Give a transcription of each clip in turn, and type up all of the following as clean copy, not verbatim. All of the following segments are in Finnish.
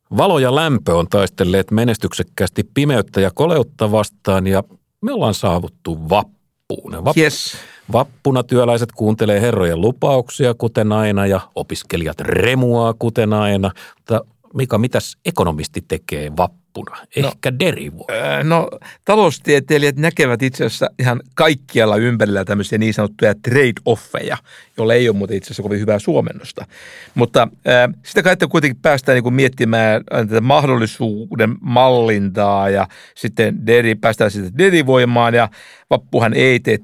Valo ja lämpö on taistelleet menestyksekkäästi pimeyttä ja koleutta vastaan ja me ollaan saavuttu vappuun. Yes. Vappuna työläiset kuuntelee herrojen lupauksia kuten aina ja opiskelijat remuaa kuten aina. Mutta Mika, mitäs ekonomisti tekee vappuna? Ehkä derivoi. No taloustieteilijät näkevät itse asiassa ihan kaikkialla ympärillä tämmöisiä niin sanottuja trade-offeja, joilla ei ole muuten itse asiassa kovin hyvää suomennosta. Mutta sitä kai kuitenkin päästään niin kuin miettimään tätä mahdollisuuden mallintaa ja sitten päästään sitten derivoimaan ja vappuhan ei tee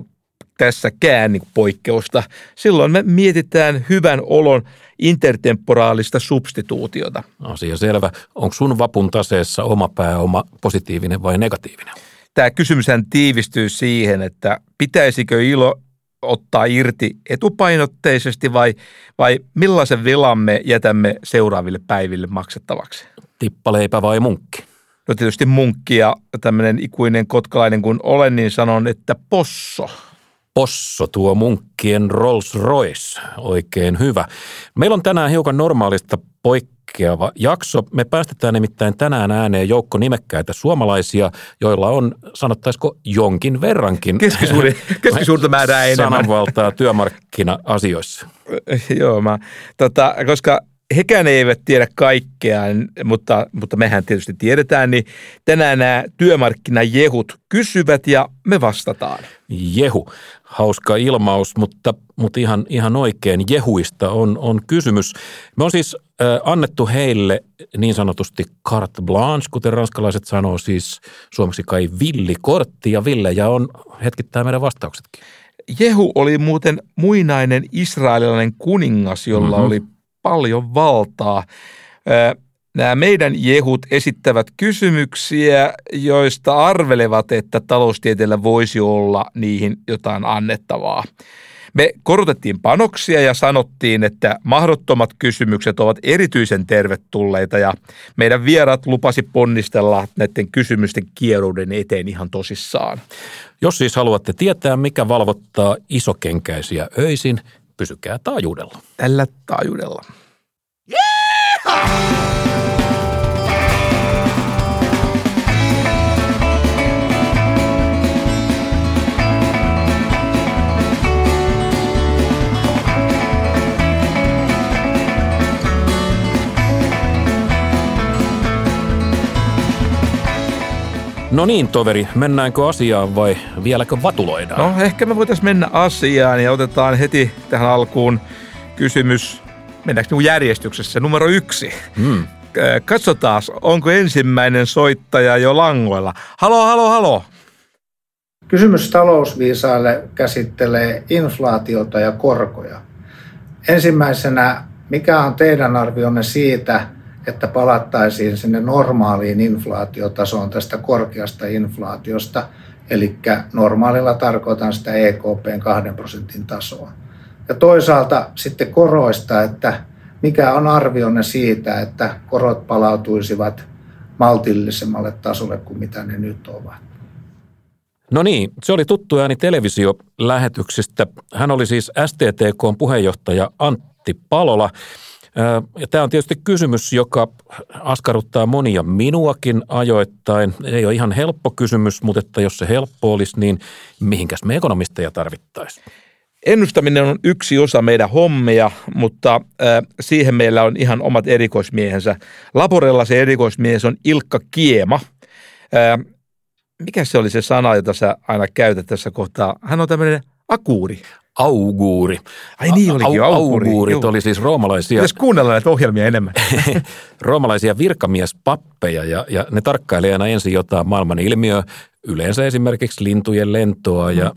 tässäkään niin poikkeusta. Silloin me mietitään hyvän olon intertemporaalista substituutiota. Asia selvä. Onko sun vapun taseessa oma pääoma positiivinen vai negatiivinen? Tämä kysymyshän tiivistyy siihen, että pitäisikö ilo ottaa irti etupainotteisesti vai millaisen velan me jätämme seuraaville päiville maksettavaksi? Tippaleipä vai munkki? No tietysti munkki ja tämmöinen ikuinen kotkalainen kun olen, niin sanon, että posso. Posso, tuo munkkien Rolls Royce. Oikein hyvä. Meillä on tänään hiukan normaalista poikkeava jakso. Me päästetään nimittäin tänään ääneen joukko nimekkäitä suomalaisia, joilla on, sanottaisiko, jonkin verrankin keskisuurta määrää enemmän sananvaltaa työmarkkina-asioissa. Joo, koska hekään eivät tiedä kaikkea, mutta mehän tietysti tiedetään, niin tänään nämä työmarkkinajehut kysyvät ja me vastataan. Jehu, hauska ilmaus, mutta ihan oikein jehuista on kysymys. Me on siis annettu heille niin sanotusti carte blanche, kuten ranskalaiset sanoo, siis suomeksi kai villikortti ja villejä on hetkittäin meidän vastauksetkin. Jehu oli muuten muinainen israelilainen kuningas, jolla oli paljon valtaa. Nämä meidän jehut esittävät kysymyksiä, joista arvelevat, että taloustieteellä voisi olla niihin jotain annettavaa. Me korotettiin panoksia ja sanottiin, että mahdottomat kysymykset ovat erityisen tervetulleita ja meidän vieraat lupasi ponnistella näiden kysymysten kieruuden eteen ihan tosissaan. Jos siis haluatte tietää, mikä valvottaa isokenkäisiä öisin, pysykää taajuudella. Tällä taajuudella. No niin, toveri, mennäänkö asiaan vai vieläkö vatuloidaan? No ehkä me voitaisiin mennä asiaan ja otetaan heti tähän alkuun kysymys, mennäänkö järjestyksessä, numero 1. Katsotaan, onko ensimmäinen soittaja jo langoilla. Halo. Kysymys talousviisaille käsittelee inflaatiota ja korkoja. Ensimmäisenä, mikä on teidän arvionne siitä, että palattaisiin sinne normaaliin inflaatiotasoon tästä korkeasta inflaatiosta, eli normaalilla tarkoitan sitä EKP:n 2% tasoa. Ja toisaalta sitten koroista, että mikä on arvionne siitä, että korot palautuisivat maltillisemmalle tasolle kuin mitä ne nyt ovat. No niin, se oli tuttu ääni televisiolähetyksestä. Hän oli siis STTK:n puheenjohtaja Antti Palola. Ja tämä on tietysti kysymys, joka askarruttaa monia minuakin ajoittain. Ei ole ihan helppo kysymys, mutta että jos se helppo olisi, niin mihinkäs me ekonomisteja tarvittaisiin? Ennustaminen on yksi osa meidän hommia, mutta siihen meillä on ihan omat erikoismiehensä. Laborella se erikoismies on Ilkka Kiema. Mikä se oli se sana, jota sä aina käytät tässä kohtaa? Hän on tämmöinen akuuri. Auguuri. Ai niin olikin, auguurit oli siis roomalaisia. Pitäisi kuunnella näitä ohjelmia enemmän. Roomalaisia virkamiespappeja ja ne tarkkailee aina ensin jotain maailman ilmiöä, yleensä esimerkiksi lintujen lentoa ja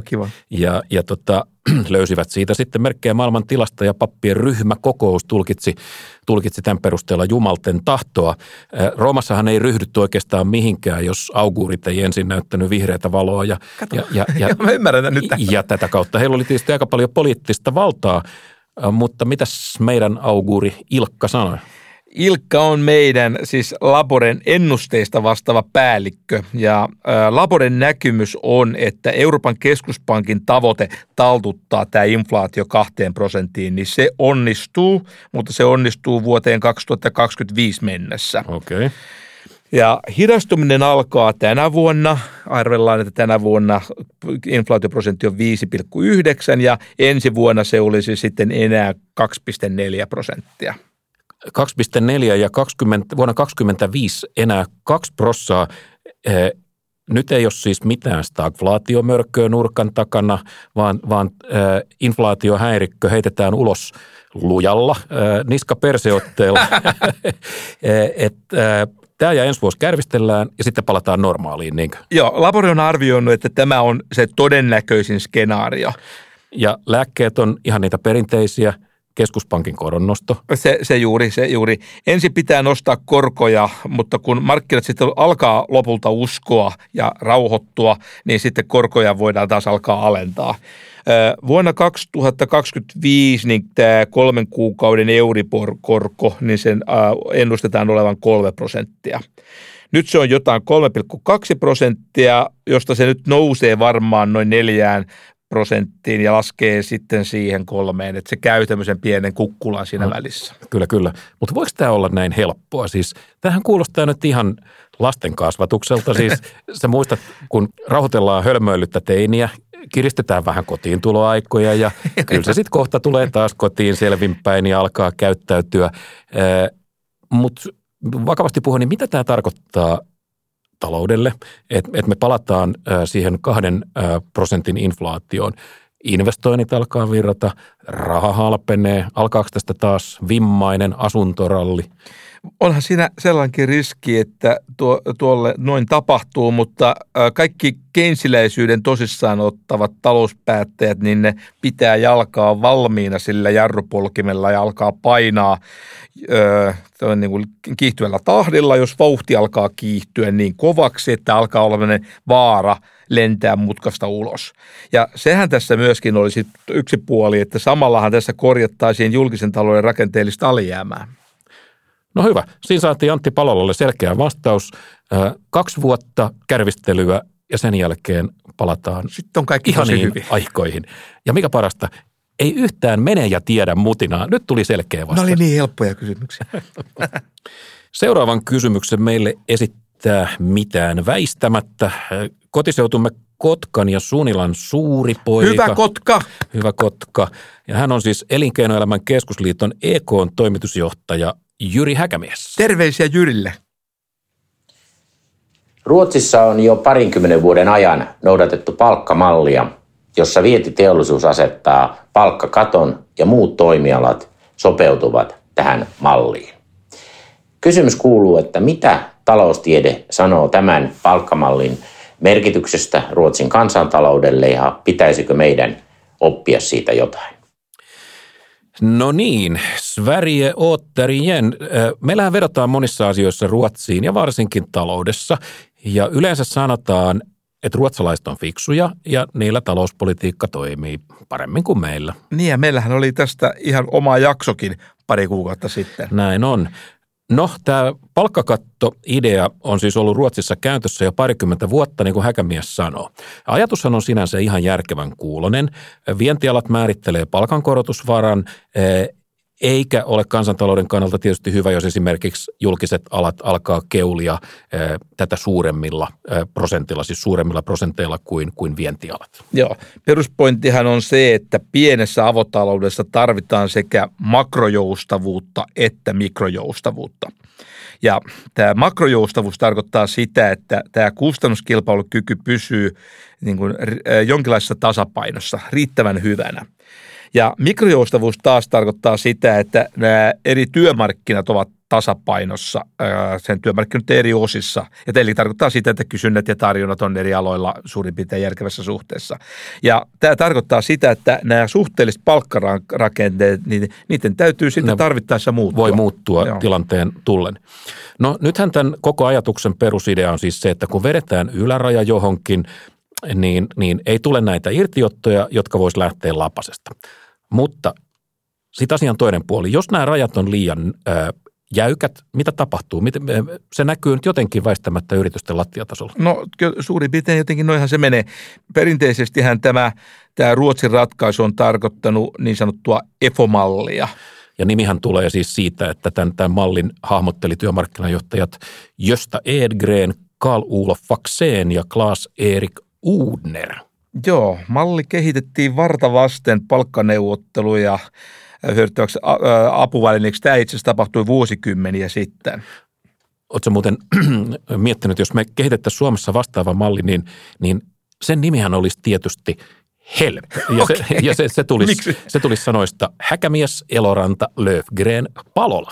löysivät siitä sitten merkkejä maailman tilasta ja pappien ryhmäkokous tulkitsi tämän perusteella jumalten tahtoa. Roomassahan ei ryhdytty oikeastaan mihinkään, jos auguurit ei ensin näyttänyt vihreätä valoa. Mä ymmärrän nyt tästä. Ja tätä kautta heillä oli tietysti aika paljon poliittista valtaa, mutta mitäs meidän auguuri Ilkka sanoi? Ilkka on meidän siis Laboren ennusteista vastaava päällikkö ja Laboren näkymys on, että Euroopan keskuspankin tavoite taltuttaa tämä inflaatio 2%, niin se onnistuu, mutta se onnistuu vuoteen 2025 mennessä. Okei. Ja hidastuminen alkaa tänä vuonna. Arvellaan, että tänä vuonna inflaatioprosentti on 5,9 ja ensi vuonna se olisi sitten enää 2,4%. 2,4 ja vuonna 2025 enää 2%. Nyt ei ole siis mitään stagflaatiomörkköä nurkan takana, vaan inflaatiohäirikkö heitetään ulos lujalla, niska-perseotteella. Tämä ja ensi vuosi kärvistellään ja sitten palataan normaaliin. Niinkö? Joo, Labore on arvioinut, että tämä on se todennäköisin skenaario. Ja lääkkeet on ihan niitä perinteisiä. Keskuspankin koronnosto. Se juuri. Ensin pitää nostaa korkoja, mutta kun markkinat sitten alkaa lopulta uskoa ja rauhoittua, niin sitten korkoja voidaan taas alkaa alentaa. Vuonna 2025 niin tämä 3 kuukauden Euribor-korko, niin sen ennustetaan olevan 3%. Nyt se on jotain 3,2%, josta se nyt nousee varmaan noin 4% ja laskee sitten siihen 3, että se käy tämmöisen pienen kukkulan siinä välissä. Kyllä. Mutta voiko tämä olla näin helppoa? Siis tämähän kuulostaa nyt ihan lasten kasvatukselta. Siis sä muistat, kun rauhoitellaan hölmöilyttä teiniä, kiristetään vähän kotiintuloaikoja ja kyllä se sitten kohta tulee taas kotiin selvinpäin ja alkaa käyttäytyä. Mutta vakavasti puhuen, niin mitä tämä tarkoittaa taloudelle, että me palataan siihen 2% inflaatioon. Investoinnit alkaa virrata, raha halpenee, alkaako tästä taas vimmainen asuntoralli? Onhan siinä sellainenkin riski, että tuolle noin tapahtuu, mutta kaikki keynesiläisyyden tosissaan ottavat talouspäättäjät, niin ne pitää jalkaa valmiina sillä jarrupolkimella ja alkaa painaa niin kuin kiihtyvällä tahdilla, jos vauhti alkaa kiihtyä niin kovaksi, että alkaa olla vaara lentää mutkasta ulos. Ja sehän tässä myöskin olisi yksi puoli, että samallahan tässä korjattaisiin julkisen talouden rakenteellista alijäämää. No hyvä. Siinä saatiin Antti Palolalle selkeä vastaus. 2 vuotta kärvistelyä ja sen jälkeen palataan sitten on kaikki ihaniin aikoihin. Ja mikä parasta, ei yhtään mene ja tiedä mutinaa. Nyt tuli selkeä vastaus. Ne oli niin helppoja kysymyksiä. Seuraavan kysymyksen meille esittää mitään väistämättä. Kotiseutumme Kotkan ja Sunilan suuri poika. Hyvä Kotka. Ja hän on siis Elinkeinoelämän keskusliiton EK:n toimitusjohtaja Jyri Häkämies. Terveisiä Jyrille. Ruotsissa on jo 20 vuoden ajan noudatettu palkkamallia, jossa vientiteollisuus asettaa palkkakaton ja muut toimialat sopeutuvat tähän malliin. Kysymys kuuluu, että mitä taloustiede sanoo tämän palkkamallin merkityksestä Ruotsin kansantaloudelle ja pitäisikö meidän oppia siitä jotain? No niin, Sverige återigen. Meillähän vedotaan monissa asioissa Ruotsiin ja varsinkin taloudessa. Ja yleensä sanotaan, että ruotsalaiset on fiksuja ja niillä talouspolitiikka toimii paremmin kuin meillä. Niin ja meillähän oli tästä ihan oma jaksokin pari kuukautta sitten. Näin on. No, tämä palkkakatto-idea on siis ollut Ruotsissa käyntössä jo 20 vuotta, niin kuin Häkämies sanoo. Ajatushan on sinänsä ihan järkevän kuulonen. Vientialat määrittelee palkankorotusvaran, eikä ole kansantalouden kannalta tietysti hyvä, jos esimerkiksi julkiset alat alkaa keulia tätä suuremmilla prosentilla, siis suuremmilla prosenteilla kuin vientialat. Joo, peruspointtihan on se, että pienessä avotaloudessa tarvitaan sekä makrojoustavuutta että mikrojoustavuutta. Ja tämä makrojoustavuus tarkoittaa sitä, että tämä kustannuskilpailukyky pysyy niin kuin jonkinlaisessa tasapainossa, riittävän hyvänä. Ja mikrojoustavuus taas tarkoittaa sitä, että nämä eri työmarkkinat ovat tasapainossa sen työmarkkinoiden eri osissa. Eli tarkoittaa sitä, että kysynnät ja tarjonnat on eri aloilla suurin piirtein järkevässä suhteessa. Ja tämä tarkoittaa sitä, että nämä suhteelliset palkkarakenteet, niin niiden täytyy sitten tarvittaessa muuttua. Voi muuttua tilanteen tullen. No nythän tämän koko ajatuksen perusidea on siis se, että kun vedetään yläraja johonkin, niin ei tule näitä irtiottoja, jotka vois lähteä lapasesta. Mutta sitten asian toinen puoli, jos nämä rajat on liian jäykät. Mitä tapahtuu? Se näkyy nyt jotenkin väistämättä yritysten lattiatasolla. No suurin piirtein jotenkin noinhan se menee. Perinteisestihän tämä Ruotsin ratkaisu on tarkoittanut niin sanottua EFO-mallia. Ja nimihän tulee siis siitä, että tämän mallin hahmotteli työmarkkinajohtajat Gösta Edgren, Carl-Olof Faxén ja Claes-Erik Odhner. Joo, malli kehitettiin vartavasten palkkaneuvotteluja hyödyttäväksi apuvälineeksi. Tämä itse asiassa tapahtui vuosikymmeniä sitten. Oletko muuten miettinyt, jos me kehitettäisiin Suomessa vastaava malli, niin sen nimihän olisi tietysti HELP. Ja se tulisi sanoista Häkämies, Eloranta, Löfgren, Palola.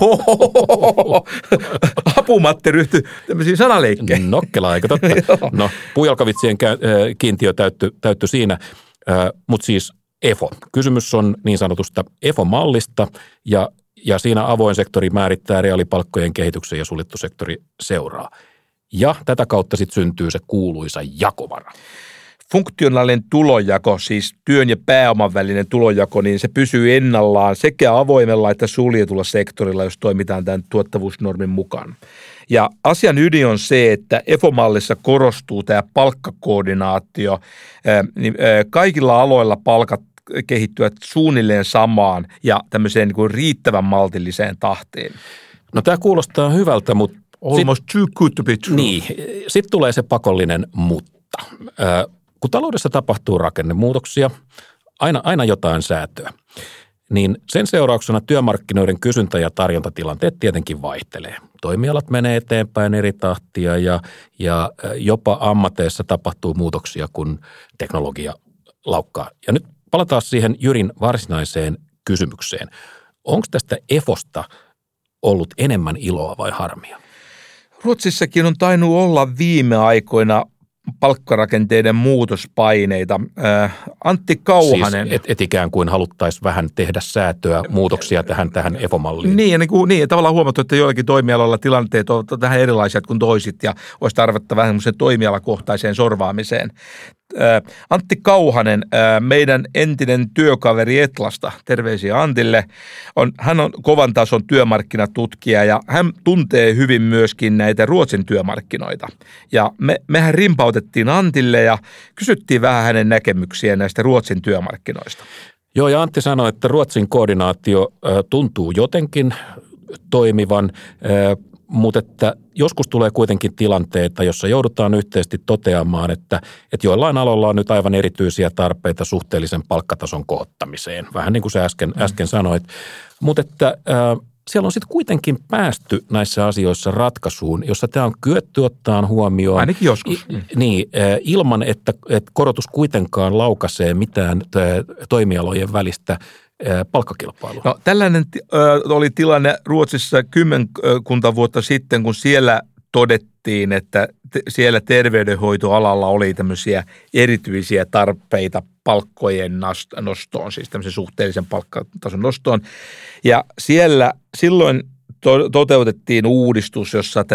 Oho! Apumatti ryhtyi tämmöisiin sanaleikkeihin. Nokkela, eikö totta? No, puujalkavitsien kiintiö täyttyi siinä, mutta siis EFO. Kysymys on niin sanotusta EFO-mallista ja siinä avoin sektori määrittää reaalipalkkojen kehityksen ja suljettu sektori seuraa. Ja tätä kautta sitten syntyy se kuuluisa jakovara. Funktionaalinen tulonjako, siis työn ja pääoman välinen tulonjako, niin se pysyy ennallaan sekä avoimella että suljetulla sektorilla, jos toimitaan tämän tuottavuusnormin mukaan. Ja asian ydin on se, että EFO-mallissa korostuu tämä palkkakoordinaatio. Kaikilla aloilla palkat kehittyvät suunnilleen samaan ja tämmöiseen niin kuin riittävän maltilliseen tahtiin. No tämä kuulostaa hyvältä, mutta almost too good to be true. Niin, sitten tulee se pakollinen mutta. Kun taloudessa tapahtuu rakennemuutoksia, aina jotain säätöä, niin sen seurauksena työmarkkinoiden kysyntä- ja tarjontatilanteet tietenkin vaihtelee. Toimialat menee eteenpäin eri tahtia ja jopa ammateissa tapahtuu muutoksia, kun teknologia laukkaa. Ja nyt palataan siihen Jyrin varsinaiseen kysymykseen. Onko tästä EFOsta ollut enemmän iloa vai harmia? Ruotsissakin on tainnut olla viime aikoina palkkarakenteiden muutospaineita. Antti Kauhanen. Siis et ikään kuin haluttaisiin vähän tehdä säätöä, muutoksia tähän EFO-malliin. Niin, ja tavallaan huomattu, että joillakin toimialoilla tilanteet ovat vähän erilaisia kuin toisit ja olisi tarvetta vähän semmoiseen toimialakohtaiseen sorvaamiseen. Antti Kauhanen, meidän entinen työkaveri Etlasta, terveisiä Antille, hän on kovan tason työmarkkinatutkija ja hän tuntee hyvin myöskin näitä Ruotsin työmarkkinoita. Ja mehän rimpautettiin Antille ja kysyttiin vähän hänen näkemyksiä näistä Ruotsin työmarkkinoista. Joo, ja Antti sanoi, että Ruotsin koordinaatio tuntuu jotenkin toimivan, mutta että joskus tulee kuitenkin tilanteita, jossa joudutaan yhteisesti toteamaan, että joillain aloilla on nyt aivan erityisiä tarpeita suhteellisen palkkatason kohottamiseen. Vähän niin kuin sä äsken sanoit. Mutta että siellä on sitten kuitenkin päästy näissä asioissa ratkaisuun, jossa tämä on kyetty ottaa huomioon. Ainakin joskus. Niin, ilman että korotus kuitenkaan laukaisee mitään toimialojen välistä palkkakilpailua. No, tällainen oli tilanne Ruotsissa kymmenkunta vuotta sitten, kun siellä todettiin, että siellä terveydenhoitoalalla oli tämmöisiä erityisiä tarpeita palkkojen nostoon, siis tämmöisen suhteellisen palkkatason nostoon. Ja siellä silloin toteutettiin uudistus, jossa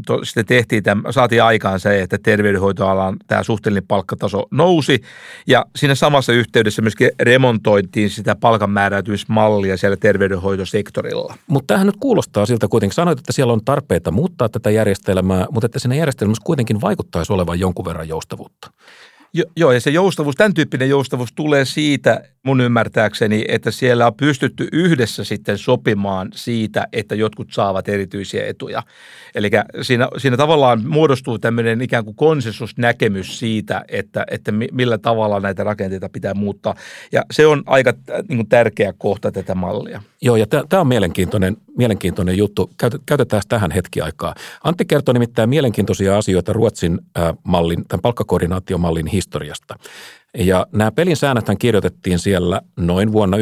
sitten saatiin aikaan se, että terveydenhoitoalan tämä suhteellinen palkkataso nousi ja siinä samassa yhteydessä myöskin remontoitiin sitä palkanmääräytymismallia siellä terveydenhoitosektorilla. Mutta tämähän nyt kuulostaa siltä kuitenkin. Sanoit, että siellä on tarpeita muuttaa tätä järjestelmää, mutta että siinä järjestelmässä kuitenkin vaikuttaisi olevan jonkun verran joustavuutta. Joo, ja se joustavuus, tämän tyyppinen joustavuus tulee siitä mun ymmärtääkseni, että siellä on pystytty yhdessä sitten sopimaan siitä, että jotkut saavat erityisiä etuja. Eli siinä tavallaan muodostuu tämmöinen ikään kuin konsensusnäkemys siitä, että millä tavalla näitä rakenteita pitää muuttaa. Ja se on aika niin kuin tärkeä kohta tätä mallia. Joo, ja tämä on mielenkiintoinen juttu. Käytetään tähän hetki aikaa. Antti kertoo nimittäin mielenkiintoisia asioita Ruotsin mallin, tämän palkkakoordinaatiomallin historiasta. Ja nämä pelin säännöthän kirjoitettiin siellä noin vuonna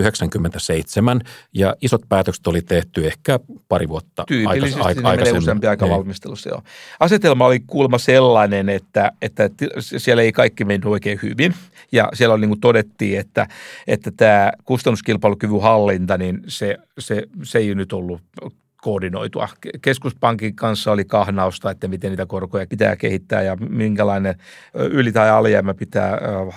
1997 ja isot päätökset oli tehty ehkä pari vuotta aikaisemmin. Tyypillisesti useampi aika valmistelussa, joo. Asetelma oli kuulemma sellainen, että siellä ei kaikki mennyt oikein hyvin ja siellä oli niin kuin todettiin, että tämä kustannuskilpailukyvyn hallinta, niin se ei nyt ollut koordinoitua. Keskuspankin kanssa oli kahnausta, että miten niitä korkoja pitää kehittää ja minkälainen yli- tai alijäämä pitää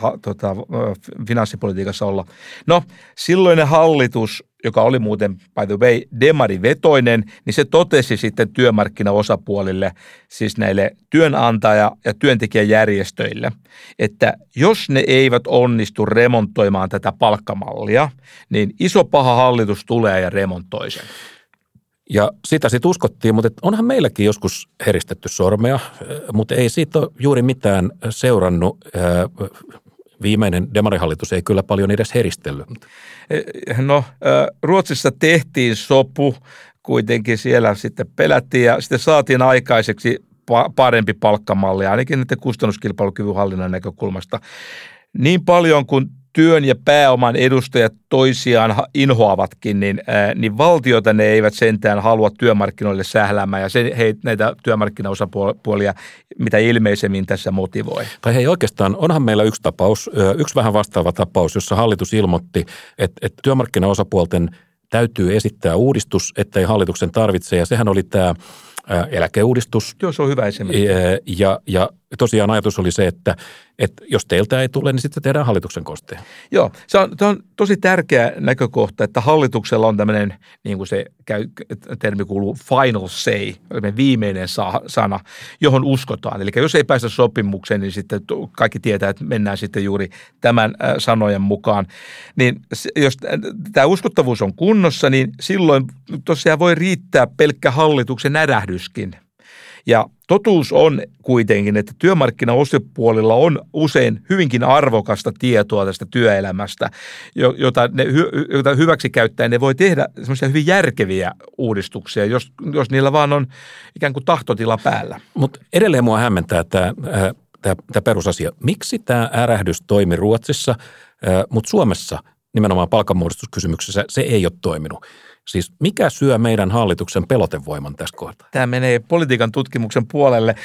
finanssipolitiikassa olla. No, silloinen hallitus, joka oli muuten by the way demarivetoinen, niin se totesi sitten työmarkkinaosapuolille, siis näille työnantaja- ja työntekijäjärjestöille, että jos ne eivät onnistu remontoimaan tätä palkkamallia, niin iso paha hallitus tulee ja remontoi sen. Ja sitä sitten uskottiin, mutta onhan meilläkin joskus heristetty sormea, mutta ei siitä ole juuri mitään seurannut. Viimeinen demarihallitus ei kyllä paljon edes heristellyt. No, Ruotsissa tehtiin sopu, kuitenkin siellä sitten pelättiin ja sitten saatiin aikaiseksi parempi palkkamalli, ainakin näiden kustannuskilpailukyvyn hallinnan näkökulmasta. Niin paljon kuin työn ja pääoman edustajat toisiaan inhoavatkin, niin valtiota ne eivät sentään halua työmarkkinoille sähläämään ja näitä työmarkkinaosapuolia mitä ilmeisemmin tässä motivoi. Tai hei oikeastaan, onhan meillä yksi tapaus, yksi vähän vastaava tapaus, jossa hallitus ilmoitti, että työmarkkinaosapuolten täytyy esittää uudistus, ettei hallituksen tarvitse ja sehän oli tämä eläkeuudistus. Joo, se on hyvä esimerkki. Ja tosiaan ajatus oli se, että jos teiltä ei tule, niin sitten se tehdään hallituksen kosteen. Joo, se on tosi tärkeä näkökohta, että hallituksella on tämmöinen, niin kuin se termi kuuluu, final say, viimeinen sana, johon uskotaan. Eli jos ei päästä sopimukseen, niin sitten kaikki tietää, että mennään sitten juuri tämän sanojen mukaan. Niin jos tämä uskottavuus on kunnossa, niin silloin tosiaan voi riittää pelkkä hallituksen ärähdyskin. Ja totuus on kuitenkin, että työmarkkinaosapuolilla on usein hyvinkin arvokasta tietoa tästä työelämästä, jota hyväksi käyttäen ne voi tehdä semmoisia hyvin järkeviä uudistuksia, jos niillä vaan on ikään kuin tahtotila päällä. Mutta edelleen mua hämmentää tämä perusasia. Miksi tämä ärähdys toimi Ruotsissa, mutta Suomessa nimenomaan palkanmuodostuskysymyksessä se ei ole toiminut? Siis mikä syö meidän hallituksen pelotevoiman tässä kohtaa? Tämä menee politiikan tutkimuksen puolelle.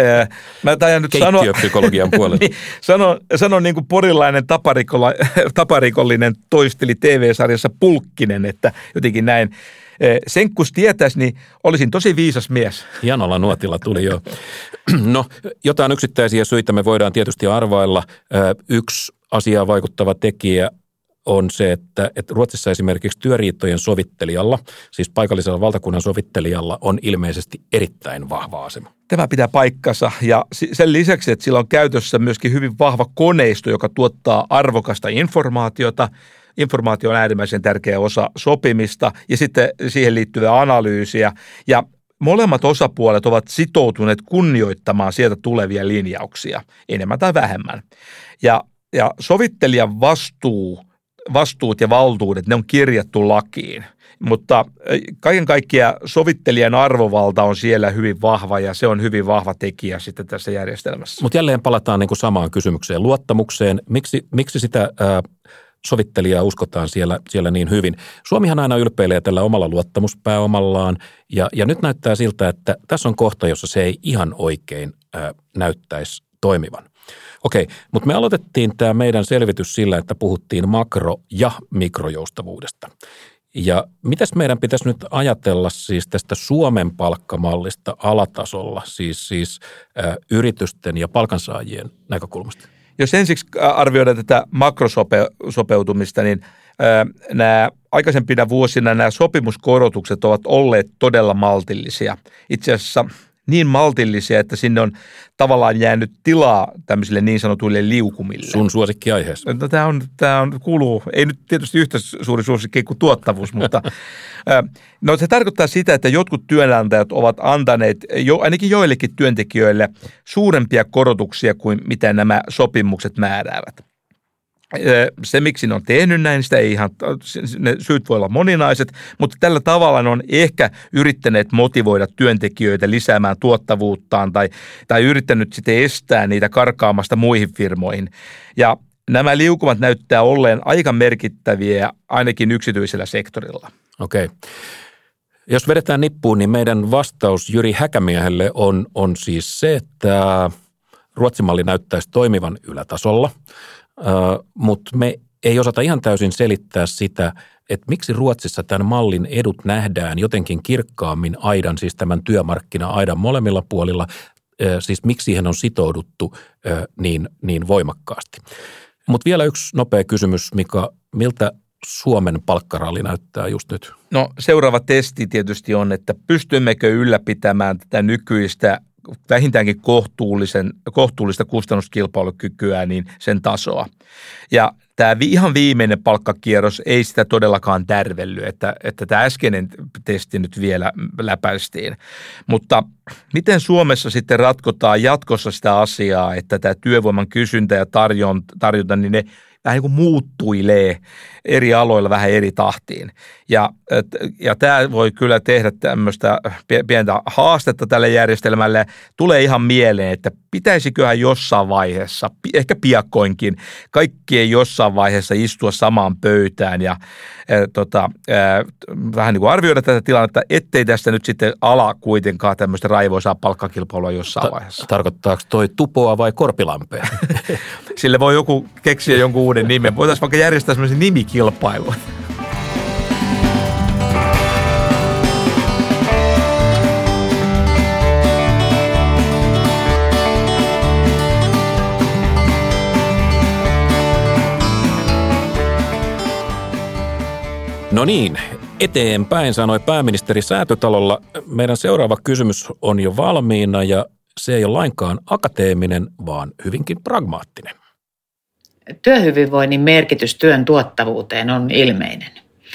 Keittiöpsykologian puolelle. Niin, sanon niin kuin porilainen taparikollinen toisteli TV-sarjassa Pulkkinen, että jotenkin näin. Senkus tietäisi, niin olisin tosi viisas mise. Janola Nuotila tuli jo. No, jotain yksittäisiä syitä me voidaan tietysti arvailla. Yksi asiaan vaikuttava tekijä on se, että Ruotsissa esimerkiksi työriitojen sovittelijalla, siis paikallisella valtakunnan sovittelijalla, on ilmeisesti erittäin vahva asema. Tämä pitää paikkansa ja sen lisäksi, että sillä on käytössä myöskin hyvin vahva koneisto, joka tuottaa arvokasta informaatiota. Informaatio on äärimmäisen tärkeä osa sopimista ja sitten siihen liittyvää analyysiä ja molemmat osapuolet ovat sitoutuneet kunnioittamaan sieltä tulevia linjauksia, enemmän tai vähemmän. Ja sovittelijan vastuut ja valtuudet, ne on kirjattu lakiin, mutta kaiken kaikkiaan sovittelijan arvovalta on siellä hyvin vahva ja se on hyvin vahva tekijä sitten tässä järjestelmässä. Mutta jälleen palataan niin kuin samaan kysymykseen, luottamukseen. Miksi sitä sovittelijaa uskotaan siellä niin hyvin? Suomihan aina ylpeilee tällä omalla luottamuspääomallaan ja nyt näyttää siltä, että tässä on kohta, jossa se ei ihan oikein näyttäisi toimivan. Okei, mutta me aloitettiin tämä meidän selvitys sillä, että puhuttiin makro- ja mikrojoustavuudesta. Ja mitäs meidän pitäisi nyt ajatella siis tästä Suomen palkkamallista alatasolla, siis yritysten ja palkansaajien näkökulmasta? Jos ensiksi arvioidaan tätä makrosopeutumista, niin nämä aikaisempina vuosina nämä sopimuskorotukset ovat olleet todella maltillisia. Itse asiassa niin maltillisia, että sinne on tavallaan jäänyt tilaa tämmöisille niin sanotuille liukumille. Sun suosikkiaiheessa. No, tämä kuuluu, ei nyt tietysti yhtä suuri suosikki kuin tuottavuus, mutta no, se tarkoittaa sitä, että jotkut työnantajat ovat antaneet ainakin joillekin työntekijöille suurempia korotuksia kuin mitä nämä sopimukset määräävät. Se, miksi ne on tehnyt näin, sitä ei ihan, ne syyt voi olla moninaiset, mutta tällä tavalla ne on ehkä yrittäneet motivoida työntekijöitä lisäämään tuottavuuttaan tai yrittänyt sitten estää niitä karkaamasta muihin firmoihin. Ja nämä liukumat näyttää olleen aika merkittäviä ainakin yksityisellä sektorilla. Okei. Jos vedetään nippuun, niin meidän vastaus Jyri Häkämiehelle on siis se, että Ruotsin malli näyttäisi toimivan ylätasolla. Mutta me ei osata ihan täysin selittää sitä, että miksi Ruotsissa tämän mallin edut nähdään jotenkin kirkkaammin aidan, siis tämän työmarkkina-aidan molemmilla puolilla, siis miksi siihen on sitouduttu niin voimakkaasti. Mutta vielä yksi nopea kysymys, Mika, miltä Suomen palkkaralli näyttää just nyt? No seuraava testi tietysti on, että pystymmekö ylläpitämään tätä nykyistä vähintäänkin kohtuullista kustannuskilpailukykyä, niin sen tasoa. Ja tämä ihan viimeinen palkkakierros ei sitä todellakaan tärvellyt, että tämä äskeinen testi nyt vielä läpäistiin. Mutta miten Suomessa sitten ratkotaan jatkossa sitä asiaa, että tämä työvoiman kysyntä ja tarjonta, niin ne vähän niin kuin muuttuilee eri aloilla vähän eri tahtiin. Ja tämä voi kyllä tehdä tämmöistä pientä haastetta tälle järjestelmälle. Tulee ihan mieleen, että pitäisiköhän jossain vaiheessa, ehkä piakkoinkin, kaikkien jossain vaiheessa istua samaan pöytään ja vähän niin kuin arvioida tätä tilannetta, ettei tästä nyt sitten ala kuitenkaan tämmöistä raivoisaa palkkakilpailua jossain vaiheessa. Tarkoittaako toi tupoa vai korpilampea? Sille voi joku keksiä jonkun uuden nimen. Voitaisiin vaikka järjestää semmoisen nimikilpailun. No niin, eteenpäin sanoi pääministeri Säätytalolla. Meidän seuraava kysymys on jo valmiina ja se ei ole lainkaan akateeminen, vaan hyvinkin pragmaattinen. Työhyvinvoinnin merkitys työn tuottavuuteen on ilmeinen.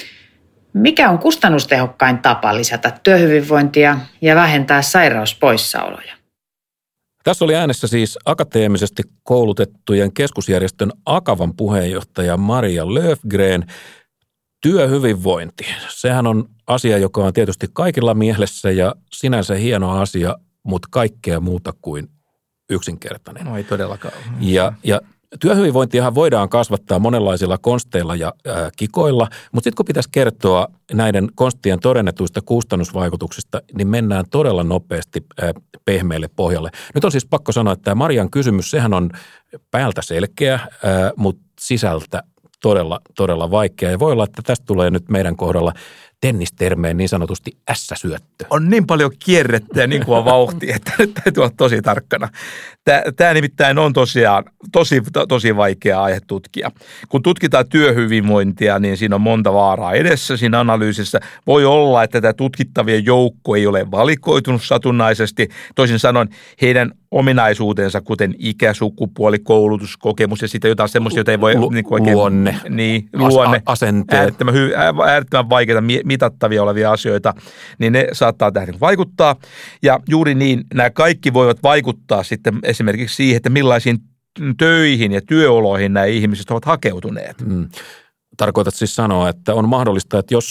Mikä on kustannustehokkain tapa lisätä työhyvinvointia ja vähentää sairauspoissaoloja? Tässä oli äänessä siis akateemisesti koulutettujen keskusjärjestön Akavan puheenjohtaja Maria Löfgren. Työhyvinvointi, sehän on asia, joka on tietysti kaikilla mielessä ja sinänsä hieno asia, mutta kaikkea muuta kuin yksinkertainen. No ei todellakaan. Ja työhyvinvointiahan voidaan kasvattaa monenlaisilla konsteilla ja kikoilla, mutta sitten kun pitäisi kertoa näiden konstien todennetuista kustannusvaikutuksista, niin mennään todella nopeasti pehmeälle pohjalle. Nyt on siis pakko sanoa, että tämä Marian kysymys, sehän on päältä selkeä, mutta sisältä todella vaikea. Ja voi olla, että tästä tulee nyt meidän kohdalla tennistermeen niin sanotusti ässäsyöttö. On niin paljon kierrettä ja niin kuin vauhtia, että nyt täytyy olla tosi tarkkana. Tämä nimittäin on tosiaan tosi vaikea aihe tutkia. Kun tutkitaan työhyvinvointia, niin siinä on monta vaaraa edessä siinä analyysissä. Voi olla, että tämä tutkittavien joukko ei ole valikoitunut satunnaisesti. Toisin sanoen heidän ominaisuutensa, kuten ikä, sukupuoli, koulutus, kokemus ja sitten jotain semmoista, jota ei voi luonne, luonne, asenteet. Äärettömän vaikeita mitattavia olevia asioita, niin ne saattaa tähän vaikuttaa. Ja juuri niin, nämä kaikki voivat vaikuttaa sitten esimerkiksi siihen, että millaisiin töihin ja työoloihin nämä ihmiset ovat hakeutuneet. Tarkoitat siis sanoa, että on mahdollista, että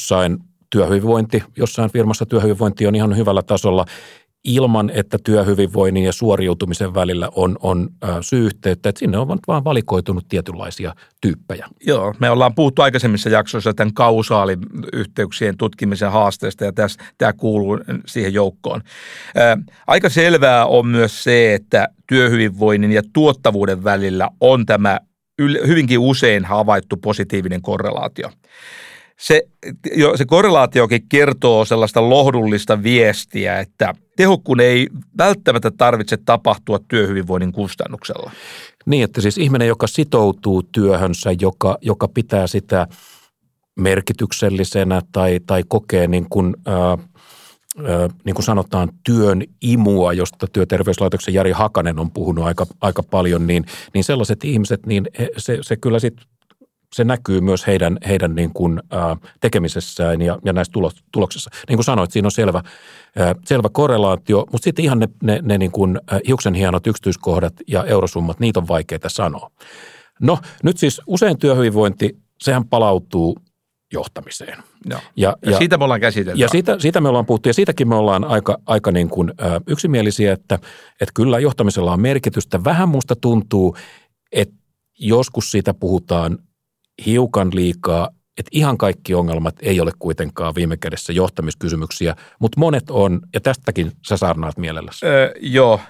jossain firmassa työhyvinvointi on ihan hyvällä tasolla ilman, että työhyvinvoinnin ja suoriutumisen välillä on syy-yhteyttä, että sinne on vaan valikoitunut tietynlaisia tyyppejä. Joo, me ollaan puhuttu aikaisemmissa jaksoissa tämän kausaaliyhteyksien tutkimisen haasteesta ja tämä kuuluu siihen joukkoon. Aika selvää on myös se, että työhyvinvoinnin ja tuottavuuden välillä on tämä hyvinkin usein havaittu positiivinen korrelaatio. Se korrelaatiokin kertoo sellaista lohdullista viestiä, että tehokkuuden ei välttämättä tarvitse tapahtua työhyvinvoinnin kustannuksella. Niin, että siis ihminen, joka sitoutuu työhönsä, joka pitää sitä merkityksellisenä tai kokee niin kuin sanotaan työn imua, josta Työterveyslaitoksen Jari Hakanen on puhunut aika paljon, niin sellaiset ihmiset, niin se kyllä sitten se näkyy myös heidän niin kuin, tekemisessään ja näissä tuloksissa. Niin kuin sanoit, siinä on selvä korrelaatio, mutta sitten ihan ne niin kuin hiuksen hienot yksityiskohdat ja eurosummat, niitä on vaikeaa sanoa. No nyt siis usein työhyvinvointi, sehän palautuu johtamiseen. No. Ja siitä me ollaan käsitelty. Ja siitä me ollaan puhuttu ja siitäkin me ollaan aika niin kuin, yksimielisiä, että kyllä johtamisella on merkitystä. Vähän musta tuntuu, että joskus siitä puhutaan hiukan liikaa että ihan kaikki ongelmat ei ole kuitenkaan viime kädessä johtamiskysymyksiä, mutta monet on, ja tästäkin sä saarnaat mielelläsi. Joo,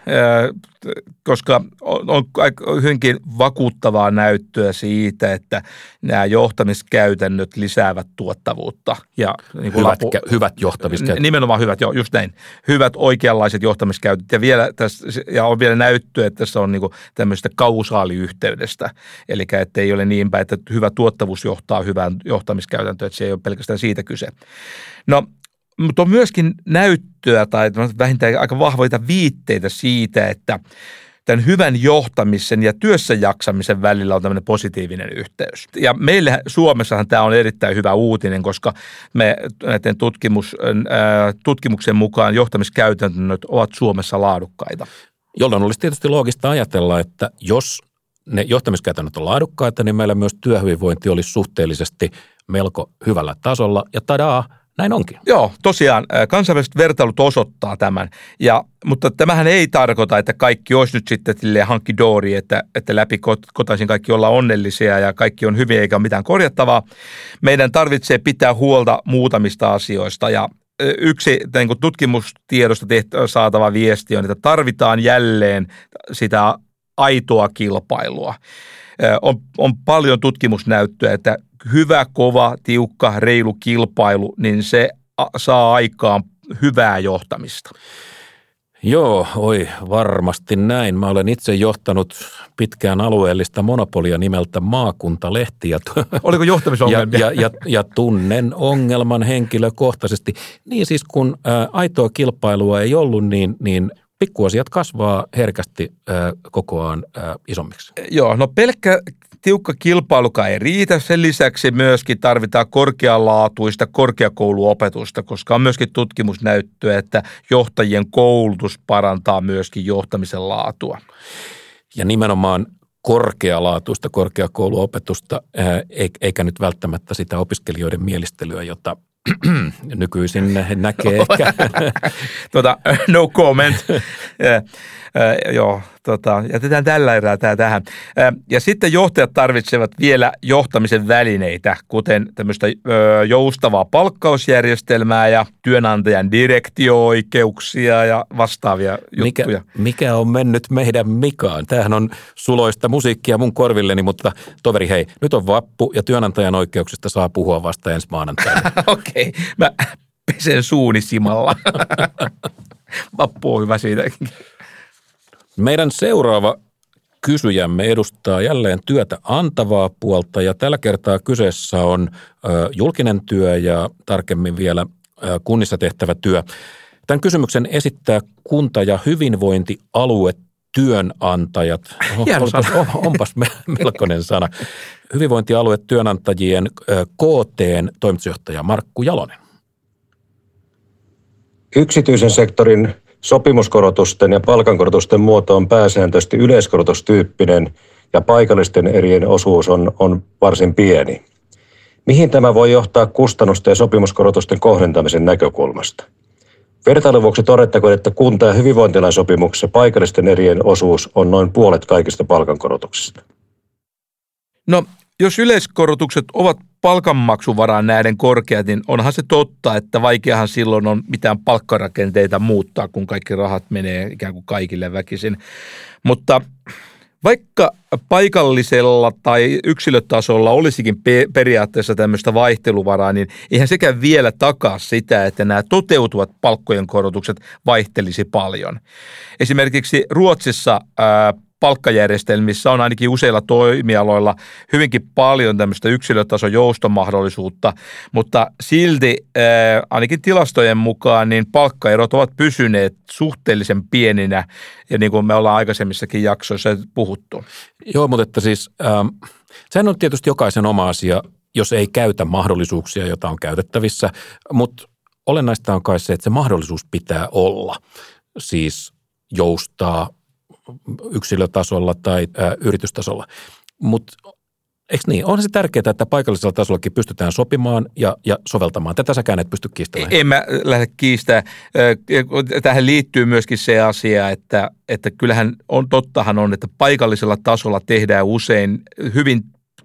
koska on hyvinkin vakuuttavaa näyttöä siitä, että nämä johtamiskäytännöt lisäävät tuottavuutta. Ja niin kuin hyvät johtamiskäytännöt. Nimenomaan hyvät, joo, just näin. Hyvät oikeanlaiset johtamiskäytännöt. Ja on vielä näyttöä, että tässä on niin kuin tämmöistä kausaaliyhteydestä. Eli että ei ole niin päin, että hyvä tuottavuus johtaa hyvään johtamiskäytäntöön, että se ei ole pelkästään siitä kyse. No, mutta on myöskin näyttöä tai vähintään aika vahvoita viitteitä siitä, että tämän hyvän johtamisen ja työssä jaksamisen välillä on tämmöinen positiivinen yhteys. Ja meillä Suomessahan tämä on erittäin hyvä uutinen, koska me näiden tutkimuksen mukaan johtamiskäytännöt ovat Suomessa laadukkaita. Jolloin olisi tietysti loogista ajatella, että jos ne johtamiskäytännöt on laadukkaita, niin meillä myös työhyvinvointi olisi suhteellisesti melko hyvällä tasolla. Ja tadaa, näin onkin. Joo, tosiaan kansainväliset vertailut osoittaa tämän, mutta tämähän ei tarkoita, että kaikki olisi nyt sitten hankkidoori, että läpikotaisin kaikki olla onnellisia ja kaikki on hyviä eikä ole mitään korjattavaa. Meidän tarvitsee pitää huolta muutamista asioista ja yksi niin kuin tutkimustiedosta saatava viesti on, että tarvitaan jälleen sitä aitoa kilpailua. On paljon tutkimusnäyttöä, että hyvä, kova, tiukka, reilu kilpailu, niin se saa aikaan hyvää johtamista. Joo, varmasti näin. Mä olen itse johtanut pitkään alueellista monopolia nimeltä Maakuntalehti. Oliko johtamisongelmia? Ja tunnen ongelman henkilökohtaisesti. Niin siis kun aitoa kilpailua ei ollut, niin pikkuasiat kasvaa herkästi kokoaan isommiksi. Joo, no pelkkä tiukka kilpailukaan ei riitä. Sen lisäksi myöskin tarvitaan korkealaatuista korkeakouluopetusta, koska on myöskin tutkimusnäyttöä, että johtajien koulutus parantaa myöskin johtamisen laatua. Ja nimenomaan korkealaatuista korkeakouluopetusta, eikä nyt välttämättä sitä opiskelijoiden mielistelyä, jota nykyisin näkee ehkä. No comment. Joo, jätetään tällä erää tähän. Ja sitten johtajat tarvitsevat vielä johtamisen välineitä, kuten tämmöistä joustavaa palkkausjärjestelmää ja työnantajan direktio-oikeuksia ja vastaavia juttuja. Mikä on mennyt meidän Mikaan? Tämähän on suloista musiikkia mun korvilleni, mutta toveri hei, nyt on vappu ja työnantajan oikeuksista saa puhua vasta ensi maanantaina. Okei, mä pesen suuni simalla. Vappu on hyvä siitäkin. Meidän seuraava kysyjämme edustaa jälleen työtä antavaa puolta ja tällä kertaa kyseessä on julkinen työ ja tarkemmin vielä kunnissa tehtävä työ. Tämän kysymyksen esittää kunta- ja hyvinvointialue työnantajat. Onpas melkoinen sana. Hyvinvointialue työnantajien KT:n toimitusjohtaja Markku Jalonen. Yksityisen sektorin sopimuskorotusten ja palkankorotusten muoto on pääsääntöisesti yleiskorotus-tyyppinen ja paikallisten erien osuus on varsin pieni. Mihin tämä voi johtaa kustannusten ja sopimuskorotusten kohdentamisen näkökulmasta? Vertailun vuoksi todettakoon, että kunta- ja hyvinvointilain sopimuksessa paikallisten erien osuus on noin puolet kaikista palkankorotuksista. No, jos yleiskorotukset ovat palkanmaksuvaraan näiden korkeat, niin onhan se totta, että vaikeahan silloin on mitään palkkarakenteita muuttaa, kun kaikki rahat menee ikään kuin kaikille väkisin. Mutta vaikka paikallisella tai yksilötasolla olisikin periaatteessa tämmöistä vaihteluvaraa, niin eihän sekään vielä takaa sitä, että nämä toteutuvat palkkojen korotukset vaihtelisi paljon. Esimerkiksi Ruotsissa palkkajärjestelmissä on ainakin useilla toimialoilla hyvinkin paljon tämmöistä yksilötason joustomahdollisuutta, mutta silti ainakin tilastojen mukaan niin palkkaerot ovat pysyneet suhteellisen pieninä ja niin kuin me ollaan aikaisemmissakin jaksoissa puhuttu. Joo, mutta että siis sehän on tietysti jokaisen oma asia, jos ei käytä mahdollisuuksia, joita on käytettävissä, mutta olennaista on kai se, että se mahdollisuus pitää olla, siis joustaa yksilötasolla tai yritystasolla. Mutta eikö niin? Onhan se tärkeää, että paikallisella tasollakin pystytään sopimaan ja soveltamaan. Tätä säkään et pysty kiistämään. En mä lähde kiistämään. Tähän liittyy myöskin se asia, että kyllähän tottahan on, että paikallisella tasolla tehdään usein hyvin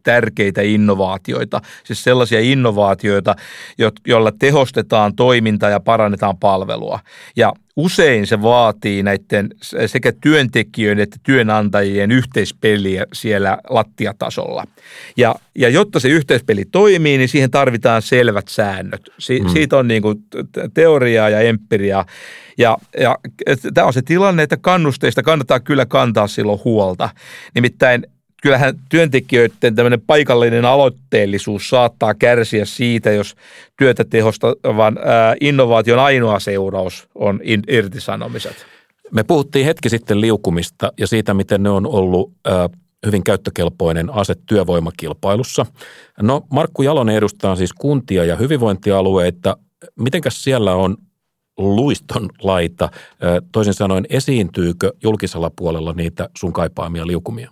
tärkeitä innovaatioita, siis sellaisia innovaatioita, joilla tehostetaan toimintaa ja parannetaan palvelua. Ja usein se vaatii näiden sekä työntekijöiden että työnantajien yhteispeliä siellä lattiatasolla. Ja jotta se yhteispeli toimii, niin siihen tarvitaan selvät säännöt. Siitä on niin kuin teoriaa ja empiriaa. Ja tämä on se tilanne, että kannusteista kannattaa kyllä kantaa silloin huolta. Nimittäin kyllähän työntekijöiden tämmöinen paikallinen aloitteellisuus saattaa kärsiä siitä, jos työtä tehostavan innovaation ainoa seuraus on irtisanomiset. Me puhuttiin hetki sitten liukumista ja siitä, miten ne on ollut hyvin käyttökelpoinen ase työvoimakilpailussa. No, Markku Jalonen edustaa siis kuntia ja hyvinvointialueita. Mitenkäs siellä on luiston laita? Toisin sanoen, esiintyykö julkisella puolella niitä sun kaipaamia liukumia?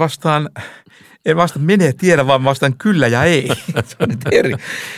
En vasta mene tiedä, vaan vastaan kyllä ja ei. Se on nyt eri.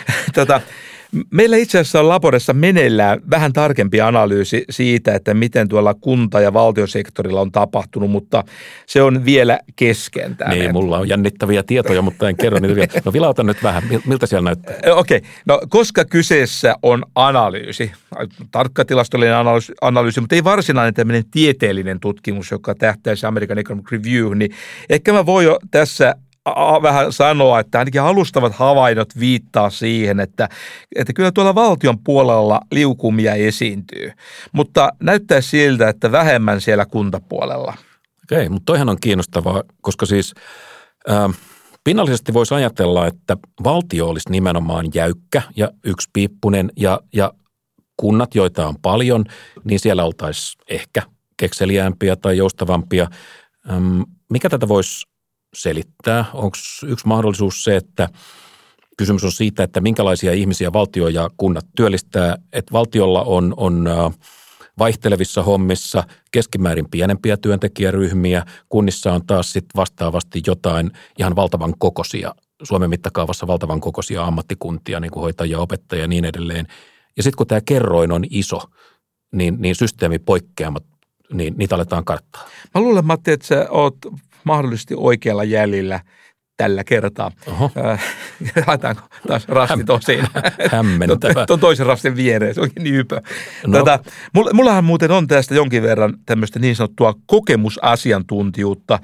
Meillä itse asiassa on Laboressa meneillään vähän tarkempi analyysi siitä, että miten tuolla kunta- ja valtiosektorilla on tapahtunut, mutta se on vielä kesken. Niin, mulla on jännittäviä tietoja, mutta en kerro niitä vielä. No vilauta nyt vähän, miltä siellä näyttää? Okei, no koska kyseessä on analyysi, tarkka tilastollinen analyysi, mutta ei varsinainen tämmöinen tieteellinen tutkimus, joka tähtäisi American Economic Review, niin ehkä mä voin jo tässä vähän sanoa, että ainakin alustavat havainnot viittaa siihen, että kyllä tuolla valtion puolella liukumia esiintyy, mutta näyttää siltä, että vähemmän siellä kuntapuolella. Okei, mutta toihan on kiinnostavaa, koska siis pinnallisesti voisi ajatella, että valtio olisi nimenomaan jäykkä ja yksipiippunen ja kunnat, joita on paljon, niin siellä oltaisiin ehkä kekseliäämpiä tai joustavampia. Mikä tätä voisi selittää? Onko yksi mahdollisuus se, että kysymys on siitä, että minkälaisia ihmisiä valtio ja kunnat työllistää, että valtiolla on vaihtelevissa hommissa keskimäärin pienempiä työntekijäryhmiä, kunnissa on taas sitten vastaavasti jotain ihan valtavan kokoisia, Suomen mittakaavassa valtavan kokoisia ammattikuntia, niin kuin hoitajia, opettajia ja niin edelleen. Ja sitten kun tämä kerroin on iso, niin systeemipoikkeamat, niin niitä aletaan karttaa. Mä luulen, Matti, että sä oot mahdollisesti oikealla jäljellä tällä kertaa. Laitaanko taas rastit osiin? Hämmentävä. Tuon toisen rastin viereen, se onkin niin ypö. No. Mullahan muuten on tästä jonkin verran tämmöistä niin sanottua kokemusasiantuntijuutta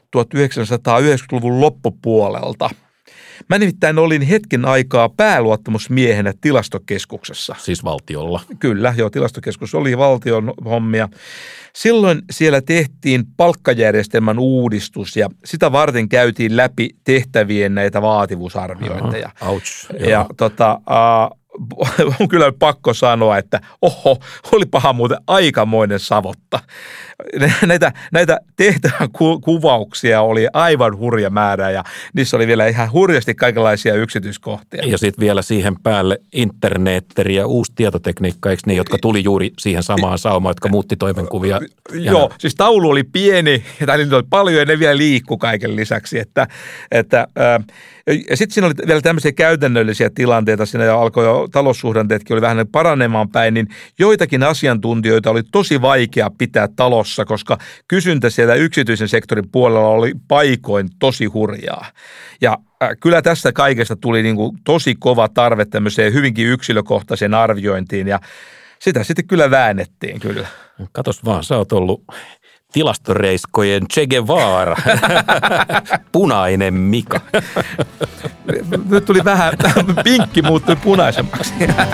1990-luvun loppupuolelta. Mä nimittäin olin hetken aikaa pääluottamusmiehenä tilastokeskuksessa. Siis valtiolla? Kyllä, joo, tilastokeskus oli valtion hommia. Silloin siellä tehtiin palkkajärjestelmän uudistus ja sitä varten käytiin läpi tehtävien näitä vaativuusarviointeja. Ouch. Ja on kyllä pakko sanoa, että olipahan muuten aikamoinen savotta. Näitä tehtävän kuvauksia oli aivan hurja määrä ja niissä oli vielä ihan hurjasti kaikenlaisia yksityiskohtia. Ja sitten vielä siihen päälle internetteri ja uusi tietotekniikka, eikö ne, jotka tuli juuri siihen samaan saumaan, jotka muutti toimenkuvia? Joo, siis taulu oli pieni ja niitä oli paljon ja ne vielä liikkui kaiken lisäksi. Ja sitten siinä oli vielä tämmöisiä käytännöllisiä tilanteita, siinä alkoi jo taloussuhdanteetkin oli vähän paranemaan päin, niin joitakin asiantuntijoita oli tosi vaikea pitää talossa, koska kysyntä siellä yksityisen sektorin puolella oli paikoin tosi hurjaa. Ja kyllä tästä kaikesta tuli niin kuin tosi kova tarve tämmöiseen hyvinkin yksilökohtaiseen arviointiin ja sitä sitten kyllä väännettiin kyllä. Katos vaan, sä oot ollut tilastoreiskojen Che Guevara, punainen Mika. Nyt tuli vähän, pinkki muuttui punaisemmaksi.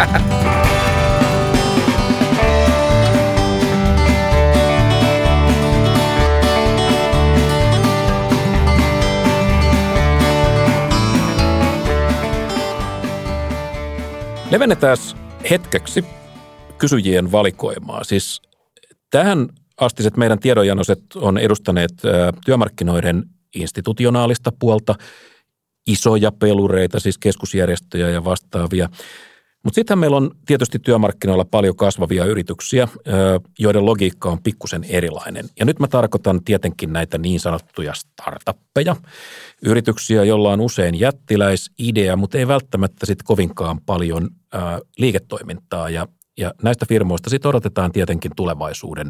Levennetään hetkeksi kysyjien valikoimaa. Siis tähän astiset meidän tiedonjanoset on edustaneet työmarkkinoiden institutionaalista puolta, isoja pelureita, siis keskusjärjestöjä ja vastaavia. Mutta sittenhän meillä on tietysti työmarkkinoilla paljon kasvavia yrityksiä, joiden logiikka on pikkusen erilainen. Ja nyt mä tarkoitan tietenkin näitä niin sanottuja startuppeja, yrityksiä, joilla on usein jättiläisidea, mutta ei välttämättä sitten kovinkaan paljon liiketoimintaa. Ja näistä firmoista sitten odotetaan tietenkin tulevaisuuden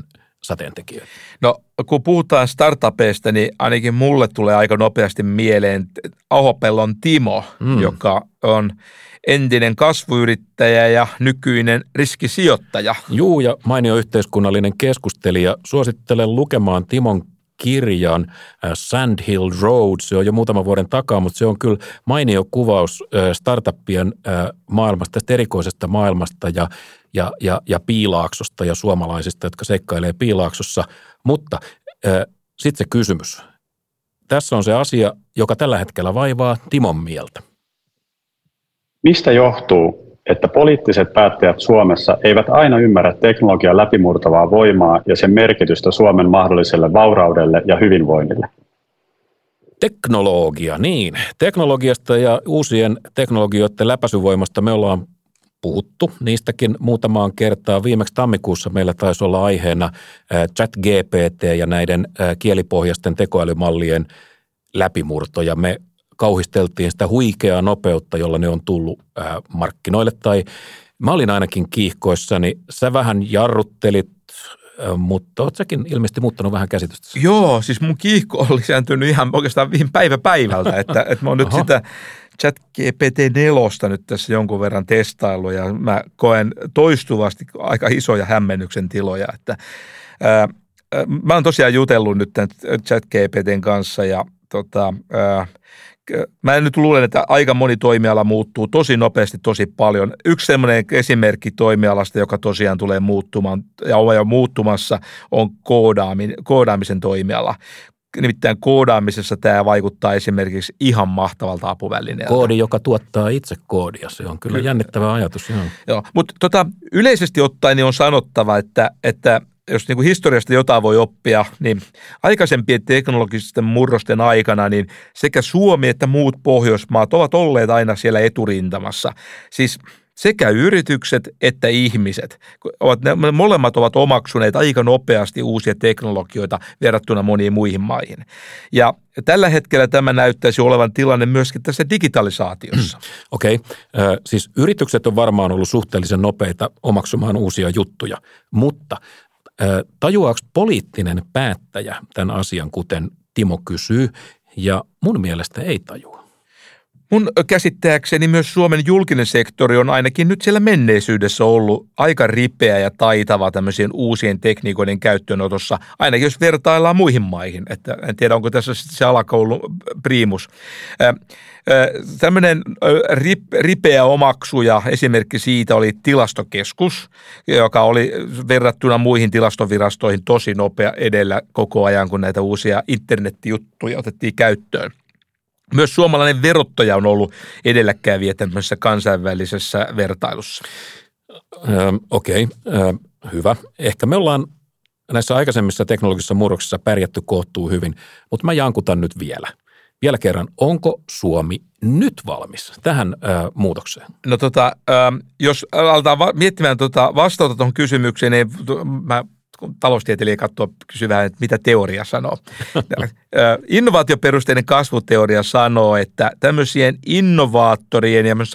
sateentekijöitä? No kun puhutaan startupeista, niin ainakin mulle tulee aika nopeasti mieleen Ahopellon Timo, joka on entinen kasvuyrittäjä ja nykyinen riskisijoittaja. Juu, ja mainio yhteiskunnallinen keskustelija. Suosittelen lukemaan Timon kirjan Sandhill Road. Se on jo muutaman vuoden takaa, mutta se on kyllä mainio kuvaus startuppien maailmasta, tästä erikoisesta maailmasta ja Piilaaksosta ja suomalaisista, jotka seikkailee Piilaaksossa. Mutta sitten se kysymys. Tässä on se asia, joka tällä hetkellä vaivaa Timon mieltä. Mistä johtuu, että poliittiset päättäjät Suomessa eivät aina ymmärrä teknologian läpimurtavaa voimaa ja sen merkitystä Suomen mahdolliselle vauraudelle ja hyvinvoinnille? Teknologia, niin. Teknologiasta ja uusien teknologioiden läpäisyvoimasta me ollaan puhuttu niistäkin muutamaan kertaan. Viimeksi tammikuussa meillä taisi olla aiheena ChatGPT ja näiden kielipohjaisten tekoälymallien läpimurto, ja me kauhisteltiin sitä huikeaa nopeutta, jolla ne on tullut markkinoille, tai mä olin ainakin kiihkoissani. Sä vähän jarruttelit, mutta oot säkin ilmeisesti muuttanut vähän käsitystä. Joo, siis mun kiihko on lisääntynyt ihan oikeastaan päivä päivältä, että mä oon nyt sitä ChatGPT-4 nyt tässä jonkun verran testaillut, ja mä koen toistuvasti aika isoja hämmennyksen tiloja, että mä oon tosiaan jutellut nyt tämän ChatGPTn kanssa, ja mä nyt luulen, että aika moni toimiala muuttuu tosi nopeasti, tosi paljon. Yksi semmoinen esimerkki toimialasta, joka tosiaan tulee muuttumaan ja on jo muuttumassa, on koodaamisen toimiala. Nimittäin koodaamisessa tämä vaikuttaa esimerkiksi ihan mahtavalta apuvälineeltä. Koodi, joka tuottaa itse koodia. Se on kyllä jännittävä ajatus. Joo, mutta yleisesti ottaen niin on sanottava, että jos niin kuin historiasta jotain voi oppia, niin aikaisempien teknologisten murrosten aikana niin sekä Suomi että muut Pohjoismaat ovat olleet aina siellä eturintamassa. Siis sekä yritykset että ihmiset. Ne molemmat ovat omaksuneet aika nopeasti uusia teknologioita verrattuna moniin muihin maihin. Ja tällä hetkellä tämä näyttäisi olevan tilanne myöskin tässä digitalisaatiossa. Okei. Siis yritykset on varmaan ollut suhteellisen nopeita omaksumaan uusia juttuja, mutta tajuaako poliittinen päättäjä tämän asian, kuten Timo kysyy, ja mun mielestä ei tajua? Mun käsittääkseni myös Suomen julkinen sektori on ainakin nyt siellä menneisyydessä ollut aika ripeä ja taitava tämmöisien uusien tekniikoiden käyttöönotossa, ainakin jos vertaillaan muihin maihin. Että en tiedä, onko tässä se alakoulu priimus. Tämmöinen ripeä omaksuja, esimerkki siitä oli Tilastokeskus, joka oli verrattuna muihin tilastovirastoihin tosi nopea edellä koko ajan, kun näitä uusia internetjuttuja otettiin käyttöön. Myös suomalainen verottaja on ollut edelläkävijä tämmöisessä kansainvälisessä vertailussa. Okei, hyvä. Ehkä me ollaan näissä aikaisemmissa teknologisissa murroksissa pärjätty kohtuu hyvin, mutta mä jankutan nyt vielä kerran. Onko Suomi nyt valmis tähän muutokseen? No jos aletaan miettimään vastausta tuohon kysymykseen, niin mä kun taloustieteilijä kysyy vähän, että mitä teoria sanoo. Innovaatioperusteinen kasvuteoria sanoo, että tämmöisien innovaattorien ja myös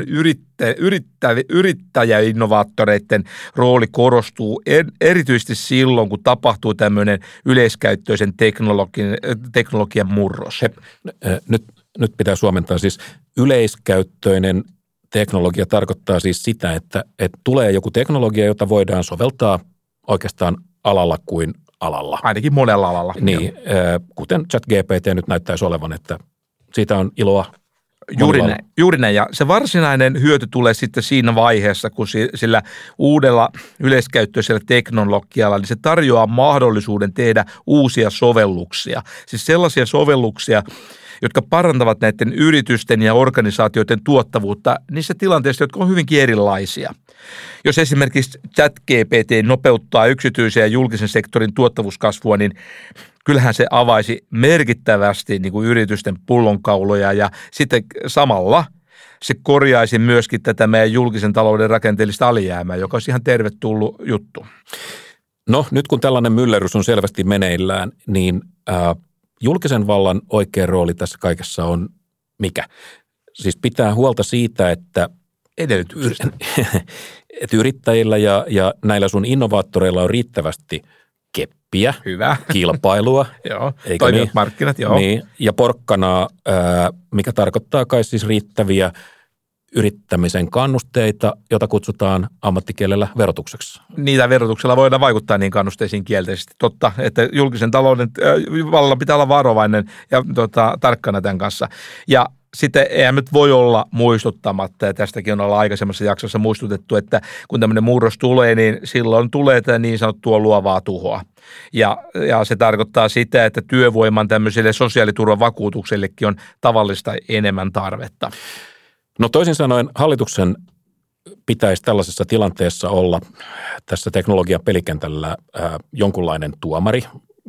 yrittäjäinnovaattoreiden rooli korostuu erityisesti silloin, kun tapahtuu tämmöinen yleiskäyttöisen teknologian murros. Nyt pitää suomentaa siis yleiskäyttöinen teknologia tarkoittaa siis sitä, että tulee joku teknologia, jota voidaan soveltaa oikeastaan alalla kuin alalla. Ainakin monella alalla. Niin, kuten ChatGPT nyt näyttäisi olevan, että siitä on iloa. Juuri näin. Ja se varsinainen hyöty tulee sitten siinä vaiheessa, kun sillä uudella yleiskäyttöisellä teknologialla, niin se tarjoaa mahdollisuuden tehdä uusia sovelluksia. Siis sellaisia sovelluksia, jotka parantavat näiden yritysten ja organisaatioiden tuottavuutta niissä tilanteissa, jotka on hyvinkin erilaisia. Jos esimerkiksi ChatGPT nopeuttaa yksityisen ja julkisen sektorin tuottavuuskasvua, niin kyllähän se avaisi merkittävästi niin kuin yritysten pullonkauloja ja sitten samalla se korjaisi myöskin tätä meidän julkisen talouden rakenteellista alijäämää, joka olisi ihan tervetullut juttu. No nyt kun tällainen myllerrys on selvästi meneillään, niin julkisen vallan oikea rooli tässä kaikessa on mikä? Siis pitää huolta siitä, että yrittäjillä ja näillä sun innovaattoreilla on riittävästi keppiä, Hyvä. kilpailua. Joo, eikö toimivat niin? markkinat, joo. Niin, ja porkkanaa, mikä tarkoittaa kai siis riittäviä yrittämisen kannusteita, jota kutsutaan ammattikielellä verotukseksi. Niitä verotuksella voidaan vaikuttaa niin kannusteisiin kielteisesti. Totta, että julkisen talouden vallalla pitää olla varovainen ja tarkkana tämän kanssa. Ja sitten eihän nyt voi olla muistuttamatta, ja tästäkin on olla aikaisemmassa jaksossa muistutettu, että kun tämmöinen murros tulee, niin silloin tulee tätä niin sanottua luovaa tuhoa. Ja se tarkoittaa sitä, että työvoiman tämmöiselle sosiaaliturvavakuutuksellekin on tavallista enemmän tarvetta. No toisin sanoen hallituksen pitäisi tällaisessa tilanteessa olla tässä teknologian pelikentällä jonkunlainen tuomari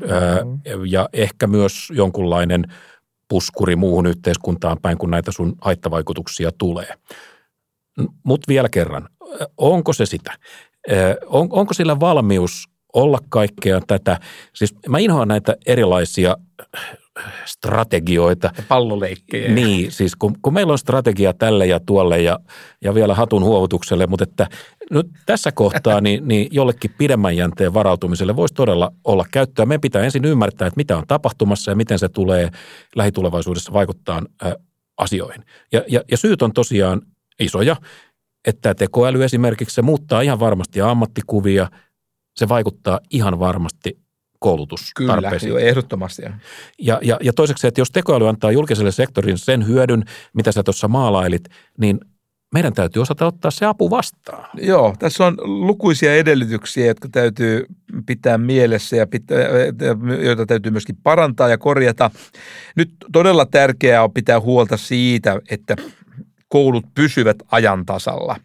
ja ehkä myös jonkunlainen puskuri muuhun yhteiskuntaan päin, kun näitä sun haittavaikutuksia tulee. Mutta vielä kerran, onko se sitä? Onko sillä valmius olla kaikkea tätä? Siis mä inhoan näitä erilaisia strategioita. Palloleikkejä. Niin, siis kun meillä on strategia tälle ja tuolle ja vielä hatun huovutukselle, mutta että nyt tässä kohtaa niin jollekin pidemmän jänteen varautumiselle voisi todella olla käyttöä. Meidän pitää ensin ymmärtää, että mitä on tapahtumassa ja miten se tulee lähitulevaisuudessa vaikuttaa asioihin. Ja syyt on tosiaan isoja, että tekoäly esimerkiksi se muuttaa ihan varmasti ammattikuvia, se vaikuttaa ihan varmasti koulutustarpeisiin. Kyllä, ehdottomasti. Ja toiseksi, että jos tekoäly antaa julkiselle sektorin sen hyödyn, mitä sä tuossa maalailit, niin meidän täytyy osata ottaa se apu vastaan. Joo, tässä on lukuisia edellytyksiä, jotka täytyy pitää mielessä ja joita täytyy myöskin parantaa ja korjata. Nyt todella tärkeää on pitää huolta siitä, että koulut pysyvät ajan tasalla.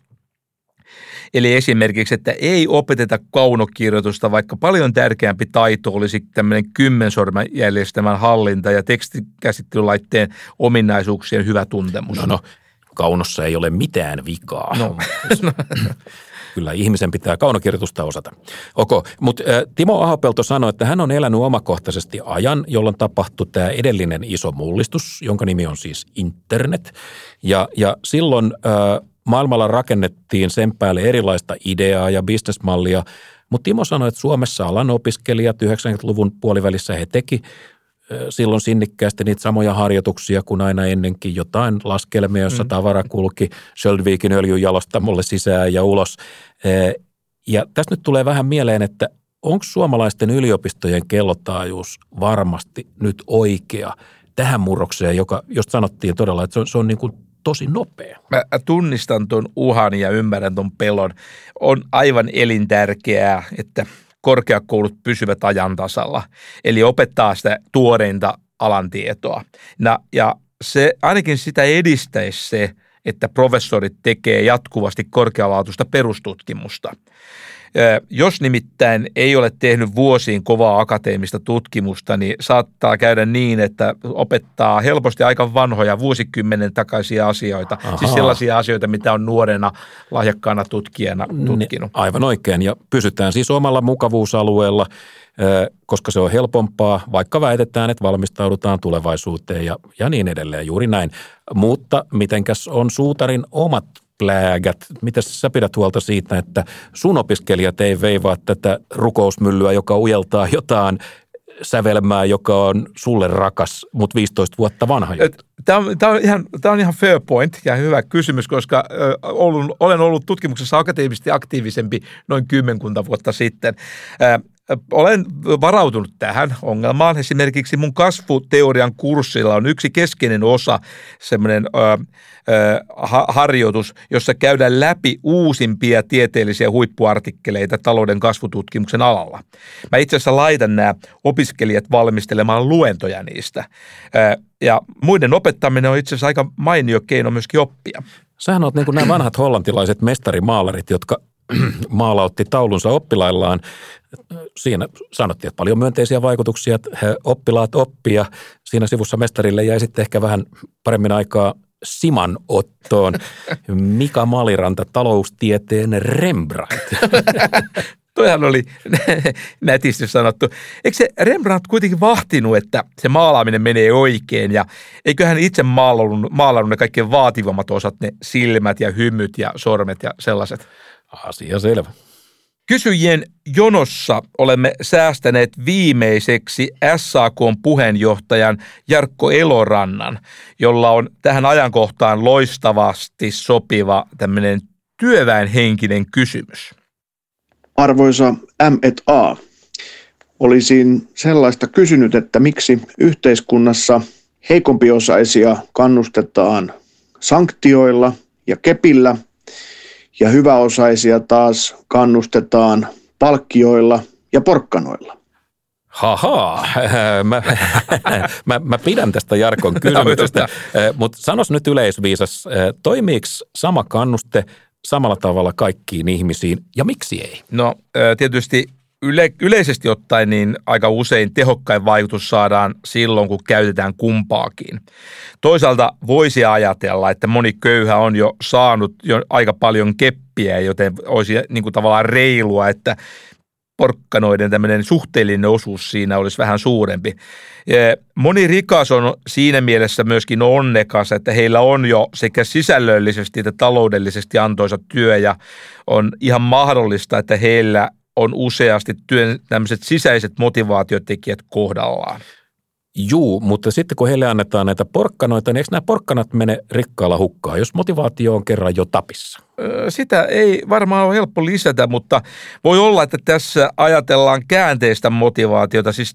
Eli esimerkiksi, että ei opeteta kaunokirjoitusta, vaikka paljon tärkeämpi taito olisi tämmöinen 10-sormenjäljestelmän hallinta ja tekstikäsittelylaitteen ominaisuuksien hyvä tuntemus. No, kaunossa ei ole mitään vikaa. No. Kyllä ihmisen pitää kaunokirjoitusta osata. Mutta Timo Ahopelto sanoi, että hän on elänyt omakohtaisesti ajan, jolloin tapahtui tämä edellinen iso mullistus, jonka nimi on siis internet. Ja silloin maailmalla rakennettiin sen päälle erilaista ideaa ja bisnesmallia, mutta Timo sanoi, että Suomessa alan opiskelijat 90-luvun puolivälissä he teki silloin sinnikkäästi niitä samoja harjoituksia kuin aina ennenkin, jotain laskelmia, jossa tavara kulki Sköldvikin öljyjalostamolle sisään ja ulos. Ja tästä nyt tulee vähän mieleen, että onko suomalaisten yliopistojen kellotaajuus varmasti nyt oikea tähän murrokseen, josta sanottiin todella, että se on niin kuin tosi nopea. Mä tunnistan tuon uhan ja ymmärrän tuon pelon. On aivan elintärkeää, että korkeakoulut pysyvät ajan tasalla, eli opettaa sitä tuoreinta alan tietoa. Ja se, ainakin sitä edistäisi se, että professorit tekee jatkuvasti korkealaatuista perustutkimusta. Jos nimittäin ei ole tehnyt vuosiin kovaa akateemista tutkimusta, niin saattaa käydä niin, että opettaa helposti aika vanhoja vuosikymmenen takaisia asioita. Aha. Siis sellaisia asioita, mitä on nuorena lahjakkaana tutkijana tutkinut. Aivan oikein, ja pysytään siis omalla mukavuusalueella, koska se on helpompaa, vaikka väitetään, että valmistaudutaan tulevaisuuteen ja niin edelleen, juuri näin. Mutta mitenkäs on suutarin omat pläägät? Mitäs sä pidät huolta siitä, että sun opiskelijat ei veivaa tätä rukousmyllyä, joka ujeltaa jotain sävelmää, joka on sulle rakas, mutta 15 vuotta vanha? Tämä on ihan fair point ja hyvä kysymys, koska olen ollut tutkimuksessa akateemisesti aktiivisempi noin 10 vuotta sitten. Olen varautunut tähän ongelmaan. Esimerkiksi mun kasvuteorian kurssilla on yksi keskeinen osa, semmoinen harjoitus, jossa käydään läpi uusimpia tieteellisiä huippuartikkeleita talouden kasvututkimuksen alalla. Mä itse asiassa laitan nämä opiskelijat valmistelemaan luentoja niistä. Ja muiden opettaminen on itse asiassa aika mainio keino myöskin oppia. Sähän oot niin kuin nämä vanhat hollantilaiset mestarimaalarit, jotka maalautti taulunsa oppilaillaan. Siinä sanottiin, että paljon myönteisiä vaikutuksia, että oppilaat oppia. Siinä sivussa mestarille jäi sitten ehkä vähän paremmin aikaa simanottoon. Mika Maliranta, taloustieteen Rembrandt. Toihan oli nätisti sanottu. Eikö se Rembrandt kuitenkin vahtinut, että se maalaaminen menee oikein ja eiköhän itse maalannut ne kaikkein vaativammat osat, ne silmät ja hymyt ja sormet ja sellaiset? Asia selvä. Kysyjien jonossa olemme säästäneet viimeiseksi SAK:n puheenjohtajan Jarkko Elorannan, jolla on tähän ajankohtaan loistavasti sopiva tämmöinen työväenhenkinen kysymys. Arvoisa M&A, olisin sellaista kysynyt, että miksi yhteiskunnassa heikompiosaisia kannustetaan sanktioilla ja kepillä ja hyväosaisia taas kannustetaan palkkioilla ja porkkanoilla. Mä pidän tästä Jarkon kysymyksestä, mutta sanos nyt yleisviisas, toimiiko sama kannuste samalla tavalla kaikkiin ihmisiin ja miksi ei? No tietysti yleisesti ottaen niin aika usein tehokkain vaikutus saadaan silloin, kun käytetään kumpaakin. Toisaalta voisi ajatella, että moni köyhä on jo saanut jo aika paljon keppiä, joten olisi niin kuin tavallaan reilua, että porkkanoiden tämmöinen suhteellinen osuus siinä olisi vähän suurempi. Moni rikas on siinä mielessä myöskin onnekas, että heillä on jo sekä sisällöllisesti että taloudellisesti antoisa työ ja on ihan mahdollista, että heillä on useasti työn tämmöiset sisäiset motivaatiotekijät kohdallaan. Juu, mutta sitten kun heille annetaan näitä porkkanoita, niin eikö nämä porkkanat mene rikkaalla hukkaan, jos motivaatio on kerran jo tapissa? Sitä ei varmaan ole helppo lisätä, mutta voi olla, että tässä ajatellaan käänteistä motivaatiota, siis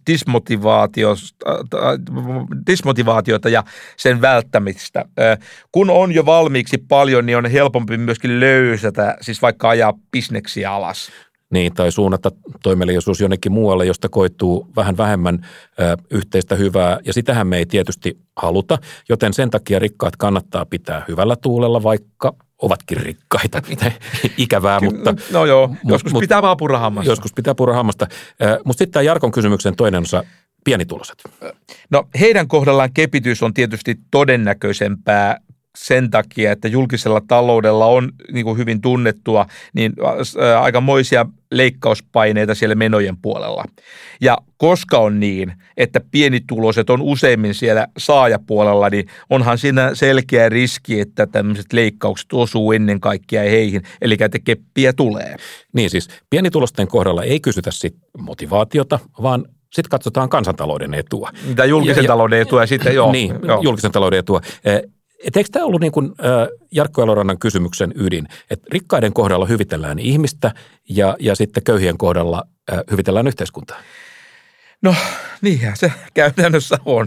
dismotivaatiota ja sen välttämistä. Kun on jo valmiiksi paljon, niin on helpompi myöskin löysätä, siis vaikka ajaa bisneksiä alas. Niin, tai suunnata toimeliaisuus jonnekin muualle, josta koituu vähän vähemmän yhteistä hyvää, ja sitähän me ei tietysti haluta, joten sen takia rikkaat kannattaa pitää hyvällä tuulella, vaikka ovatkin rikkaita. Ikävää, mutta... No joo, joskus pitää vaan purra hammasta. Joskus pitää purra hammasta. Mutta sitten tämä Jarkon kysymyksen toinen osa, pienituloiset. No heidän kohdallaan kepitys on tietysti todennäköisempää sen takia, että julkisella taloudella on niin kuin hyvin tunnettua, niin aikamoisia leikkauspaineita siellä menojen puolella. Ja koska on niin, että pienituloiset on useimmin siellä saajapuolella, niin onhan siinä selkeä riski, että tämmöiset leikkaukset osuu ennen kaikkea heihin, eli että keppiä tulee. Niin siis pienituloisten kohdalla ei kysytä sit motivaatiota, vaan sitten katsotaan kansantalouden etua. Mitä julkisen talouden etua ja sitten joo. Niin, julkisen talouden etua. Eikö tämä ollut niin kuin Jarkko Elorannan kysymyksen ydin, että rikkaiden kohdalla hyvitellään ihmistä ja sitten köyhien kohdalla hyvitellään yhteiskuntaa? No niinhän se käytännössä on.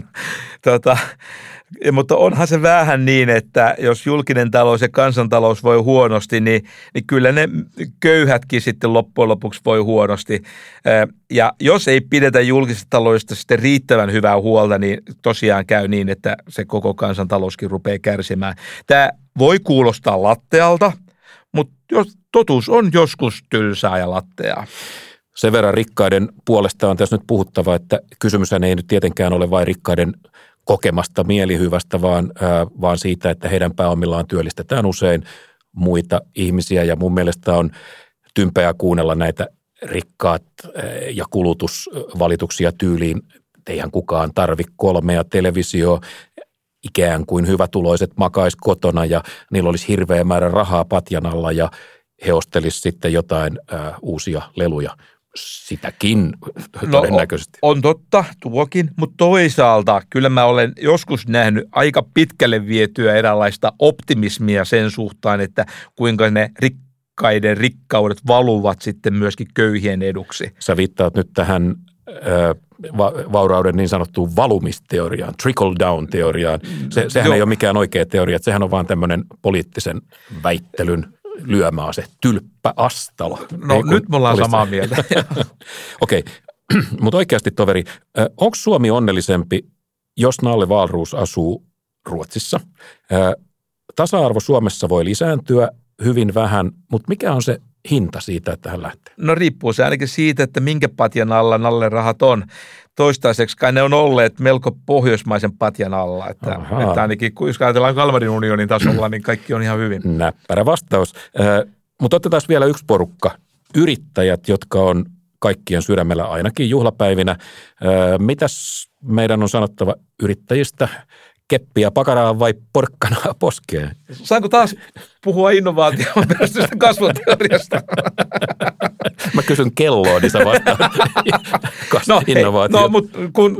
Mutta onhan se vähän niin, että jos julkinen talous ja kansantalous voi huonosti, niin kyllä ne köyhätkin sitten loppujen lopuksi voi huonosti. Ja jos ei pidetä julkisesta taloudesta sitten riittävän hyvää huolta, niin tosiaan käy niin, että se koko kansantalouskin rupeaa kärsimään. Tämä voi kuulostaa lattealta, mutta totuus on joskus tylsää ja latteaa. Sen verran rikkaiden puolesta on tässä nyt puhuttava, että kysymyshän ei nyt tietenkään ole vain rikkaiden kokemasta mielihyvästä, vaan siitä, että heidän pääomillaan työllistetään usein muita ihmisiä. Ja mun mielestä on tympeää kuunnella näitä rikkaat ja kulutusvalituksia tyyliin. Eihän kukaan tarvi 3 televisio, ikään kuin hyvätuloiset makais kotona ja niillä olisi hirveä määrä rahaa patjan alla ja he ostelisi sitten jotain uusia leluja. Sitäkin todennäköisesti. On totta, tuokin, mutta toisaalta kyllä mä olen joskus nähnyt aika pitkälle vietyä eräänlaista optimismia sen suhtaan, että kuinka ne rikkaiden rikkaudet valuvat sitten myöskin köyhien eduksi. Sä viittaat nyt tähän vaurauden niin sanottuun valumisteoriaan, trickle-down-teoriaan. Sehän ei ole mikään oikea teoria, että sehän on vaan tämmöinen poliittisen väittelyn lyömäase, tylppäastalo. No nyt me ollaan samaa mieltä. Okei, mutta oikeasti toveri, onko Suomi onnellisempi, jos Nalle Wahlroos asuu Ruotsissa? Tasa-arvo Suomessa voi lisääntyä hyvin vähän, mutta mikä on se hinta siitä, että hän lähtee? No riippuu se ainakin siitä, että minkä patjan alla Nalle rahat on. Toistaiseksi kai ne on olleet melko pohjoismaisen patjan alla, että ainakin kun ajatellaan Kalmarin unionin tasolla, niin kaikki on ihan hyvin. Näppärä vastaus. Mutta otetaan vielä yksi porukka. Yrittäjät, jotka on kaikkien sydämellä ainakin juhlapäivinä. Mitäs meidän on sanottava yrittäjistä? keppiä pakaraan vai porkkanaa poskeen? Saanko taas puhua innovaation perusteista kasvuteoriasta? Mä kysyn kelloa, niin sä vastaat innovaatio. Mutta kun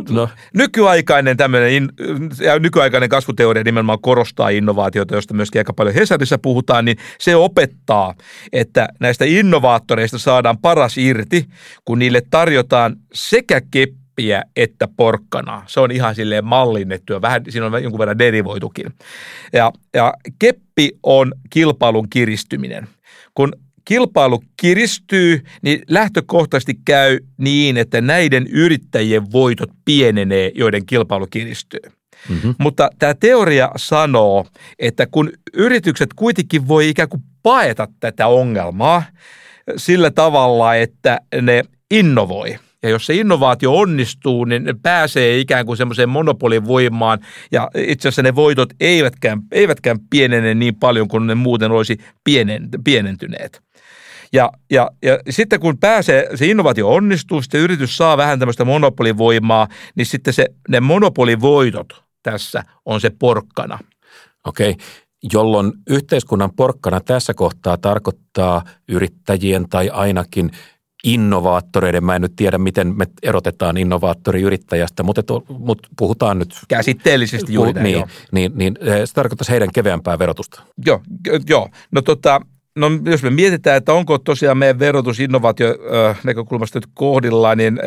nykyaikainen kasvuteoria nimenomaan korostaa innovaatioita, josta myöskin aika paljon Hesarissa puhutaan, niin se opettaa, että näistä innovaattoreista saadaan paras irti, kun niille tarjotaan sekä keppiä että porkkanaa. Se on ihan silleen mallinnettu ja vähän, siinä on jonkun verran derivoitukin. Ja keppi on kilpailun kiristyminen. Kun kilpailu kiristyy, niin lähtökohtaisesti käy niin, että näiden yrittäjien voitot pienenee, joiden kilpailu kiristyy. Mm-hmm. Mutta tämä teoria sanoo, että kun yritykset kuitenkin voi ikään kuin paeta tätä ongelmaa sillä tavalla, että ne innovoi. Ja jos se innovaatio onnistuu, niin ne pääsee ikään kuin semmoiseen monopolin voimaan ja itse asiassa ne voitot eivätkään pienene niin paljon kuin ne muuten olisi pienentyneet. Ja sitten kun se innovaatio onnistuu, sitten yritys saa vähän tämmöistä monopolivoimaa, niin sitten ne monopolivoitot tässä on se porkkana. Okei, jolloin yhteiskunnan porkkana tässä kohtaa tarkoittaa yrittäjien tai ainakin innovaattoreiden. Mä en nyt tiedä, miten me erotetaan innovaattori yrittäjästä, mutta puhutaan nyt käsitteellisesti juuri näin. Niin se tarkoittaisi heidän keveämpää verotusta. Joo. No jos me mietitään, että onko tosiaan meidän verotus innovaatio-näkökulmasta nyt kohdillaan, niin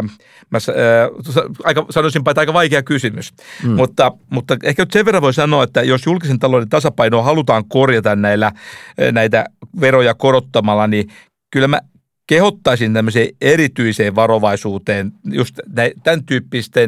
sanoisinpa, että aika vaikea kysymys. Mutta ehkä nyt sen verran voi sanoa, että jos julkisen talouden tasapainoa halutaan korjata näitä veroja korottamalla, niin kyllä mä kehottaisin tämmöiseen erityiseen varovaisuuteen just tämän tyyppisten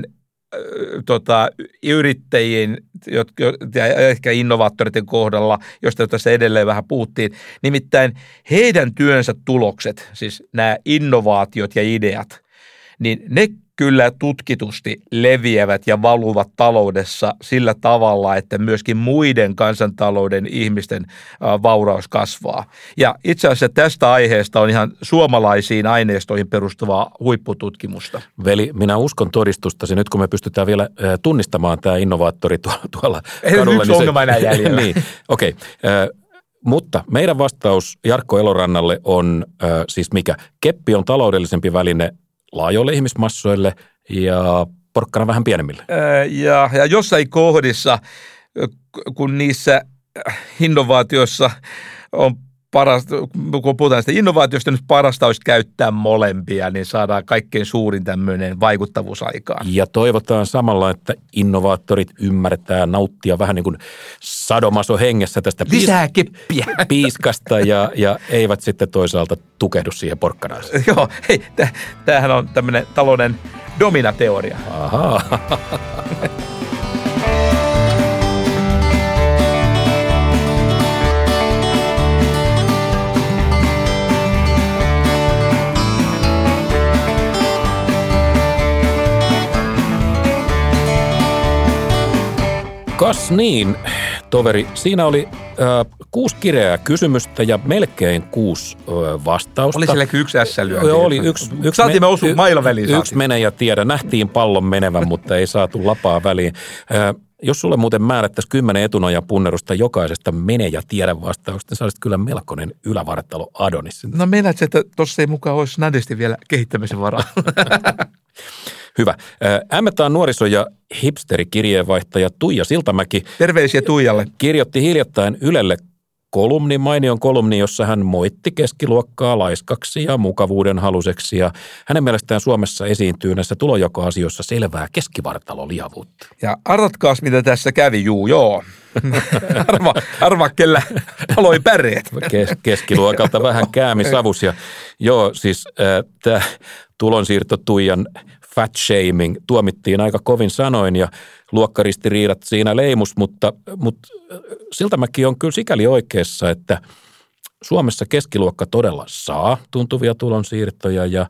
yrittäjien ja ehkä innovaattoreiden kohdalla, josta tässä edelleen vähän puhuttiin. Nimittäin heidän työnsä tulokset, siis nämä innovaatiot ja ideat, niin ne kyllä tutkitusti leviävät ja valuvat taloudessa sillä tavalla, että myöskin muiden kansantalouden ihmisten vauraus kasvaa. Ja itse asiassa tästä aiheesta on ihan suomalaisiin aineistoihin perustuvaa huippututkimusta. Veli, minä uskon todistustasi nyt, kun me pystytään vielä tunnistamaan tämä innovaattori tuolla kadulla. Yksi ongelma enää jäljellä. Niin, okei. Mutta meidän vastaus Jarkko Elorannalle on siis mikä? Keppi on taloudellisempi väline laajoille ihmismassoille ja porkkana vähän pienemmille. Ja jossain kohdissa, kun niissä innovaatioissa on kun puhutaan sitä innovaatiosta, nyt parasta olisi käyttää molempia, niin saadaan kaikkein suurin tämmöinen vaikuttavuus aikaan. Ja toivotaan samalla, että innovaattorit ymmärtää nauttia vähän niin kuin sadomaso hengessä tästä lisää keppiä piiskasta ja eivät sitten toisaalta tukehdu siihen porkkanaan. Joo, hei, tämähän on tämmöinen talouden dominateoria. Ahaa. Kas niin, toveri. Siinä oli 6 kireää kysymystä ja melkein 6 vastausta. Oli sielläkin yksi ässälyönti. Oli yksi saatiin me osu mailan väliin. Yksi mene ja tiedä. Nähtiin pallon menevän, mutta ei saatu lapaa väliin. Jos sulle muuten määrättäisiin 10 etunojan punnerusta jokaisesta mene ja tiedä vastauksesta, niin saisit kyllä melkoinen ylävartalo Adonis. No meinaat, että tuossa ei mukaan olisi nädisti vielä kehittämisen varaa. Hyvä. M&A:n nuoriso- ja hipsterikirjeenvaihtaja Tuija Siltamäki. Terveisiä Tuijalle. Kirjoitti hiljattain Ylelle mainion kolumni, jossa hän moitti keskiluokkaa laiskaksi ja mukavuuden haluseksi. Ja hänen mielestään Suomessa esiintyy näissä tulonjakoasioissa selvää keskivartalolihavuutta. Ja arvatkaas, mitä tässä kävi. Joo. Arvaa, kellä paloi päreet. Keskiluokalta vähän käämisavus. Ja joo, siis tämä tulonsiirto Tuijan fat shaming tuomittiin aika kovin sanoin ja luokkaristiriidat siinä leimus, mutta Siltamäki on kyllä sikäli oikeassa, että Suomessa keskiluokka todella saa tuntuvia tulonsiirtoja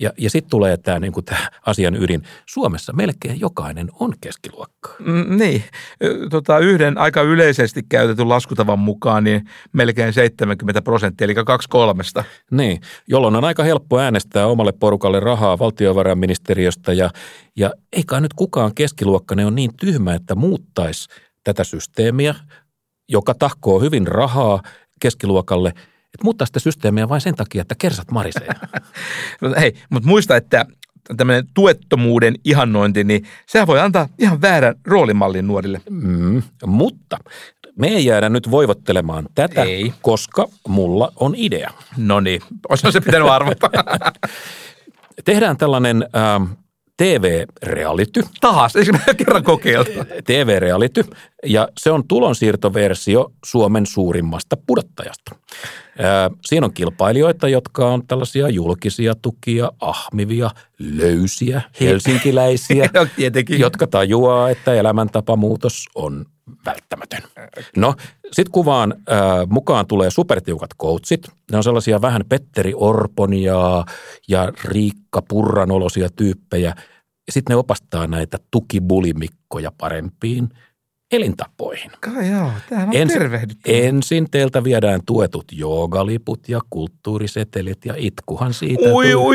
Ja sitten tulee tämä niinku asian ydin. Suomessa melkein jokainen on keskiluokkaa. Niin. Yhden aika yleisesti käytetyn laskutavan mukaan niin melkein 70%, eli 2/3. Niin, jolloin on aika helppo äänestää omalle porukalle rahaa valtiovarainministeriöstä ja ei kai nyt kukaan keskiluokkainen on niin tyhmä, että muuttaisi tätä systeemiä, joka tahkoo hyvin rahaa keskiluokalle, että muuttaa sitä systeemiä vain sen takia, että kersat marisee. No, hei, mutta muista, että tämmöinen tuettomuuden ihannointi, niin sehän voi antaa ihan väärän roolimallin nuorille. Mutta me ei jäädä nyt voivottelemaan tätä, koska mulla on idea. No niin, olisi se pitänyt arvata. Tehdään tällainen TV-reality. Taas, eikö me kerran kokeiltu? TV-reality, ja se on tulonsiirtoversio Suomen suurimmasta pudottajasta. Siinä on kilpailijoita, jotka on tällaisia julkisia tukia, ahmivia, löysiä, helsinkiläisiä, jotka tajuaa, että elämäntapamuutos on välttämätön. No, sitten kuvaan mukaan tulee supertiukat coachit. Ne on sellaisia vähän Petteri Orpon ja Riikka Purran olosia tyyppejä. Sitten ne opastaa näitä tukibulimikkoja parempiin elintapoihin. Joo, tämähän on tervehdyttävää. Ensin teiltä viedään tuetut joogaliput ja kulttuurisetelit ja itkuhan siitä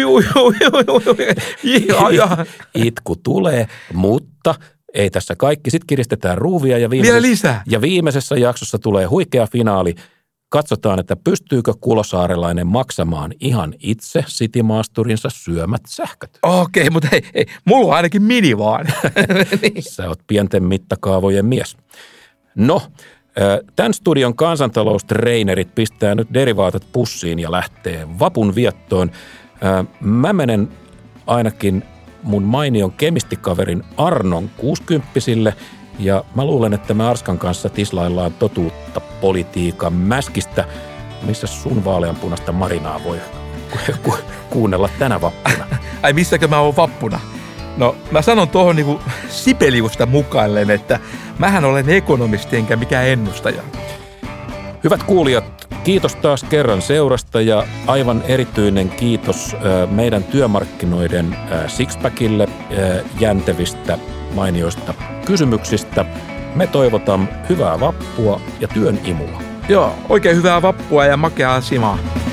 Itku tulee, mutta ei tässä kaikki. Sitten kiristetään ruuvia ja viimeisessä jaksossa tulee huikea finaali. Katsotaan, että pystyykö kulosaarelainen maksamaan ihan itse Citymaasturinsa syömät sähköt. Okei, mutta hei, mulla on ainakin mini vaan. Sä oot pienten mittakaavojen mies. No, tämän studion kansantaloustrainerit pistää nyt derivaatat pussiin ja lähtee vapun viettoon. Mä menen ainakin mun mainion kemistikaverin Arnon 60-sille ja mä luulen, että me Arskan kanssa tislaillaan totuutta politiikan mäskistä, missä sun vaaleanpunaista Marinaa voi kuunnella tänä vappuna. Ai missäkö mä oon vappuna? No mä sanon tuohon niinku Sibeliusta mukaillen, että mähän olen ekonomisti enkä mikään ennustaja. Hyvät kuulijat, kiitos taas kerran seurasta ja aivan erityinen kiitos meidän työmarkkinoiden Sixpackille jäntevistä mainioista kysymyksistä. Me toivotan hyvää vappua ja työn imua. Joo, oikein hyvää vappua ja makeaa simaa.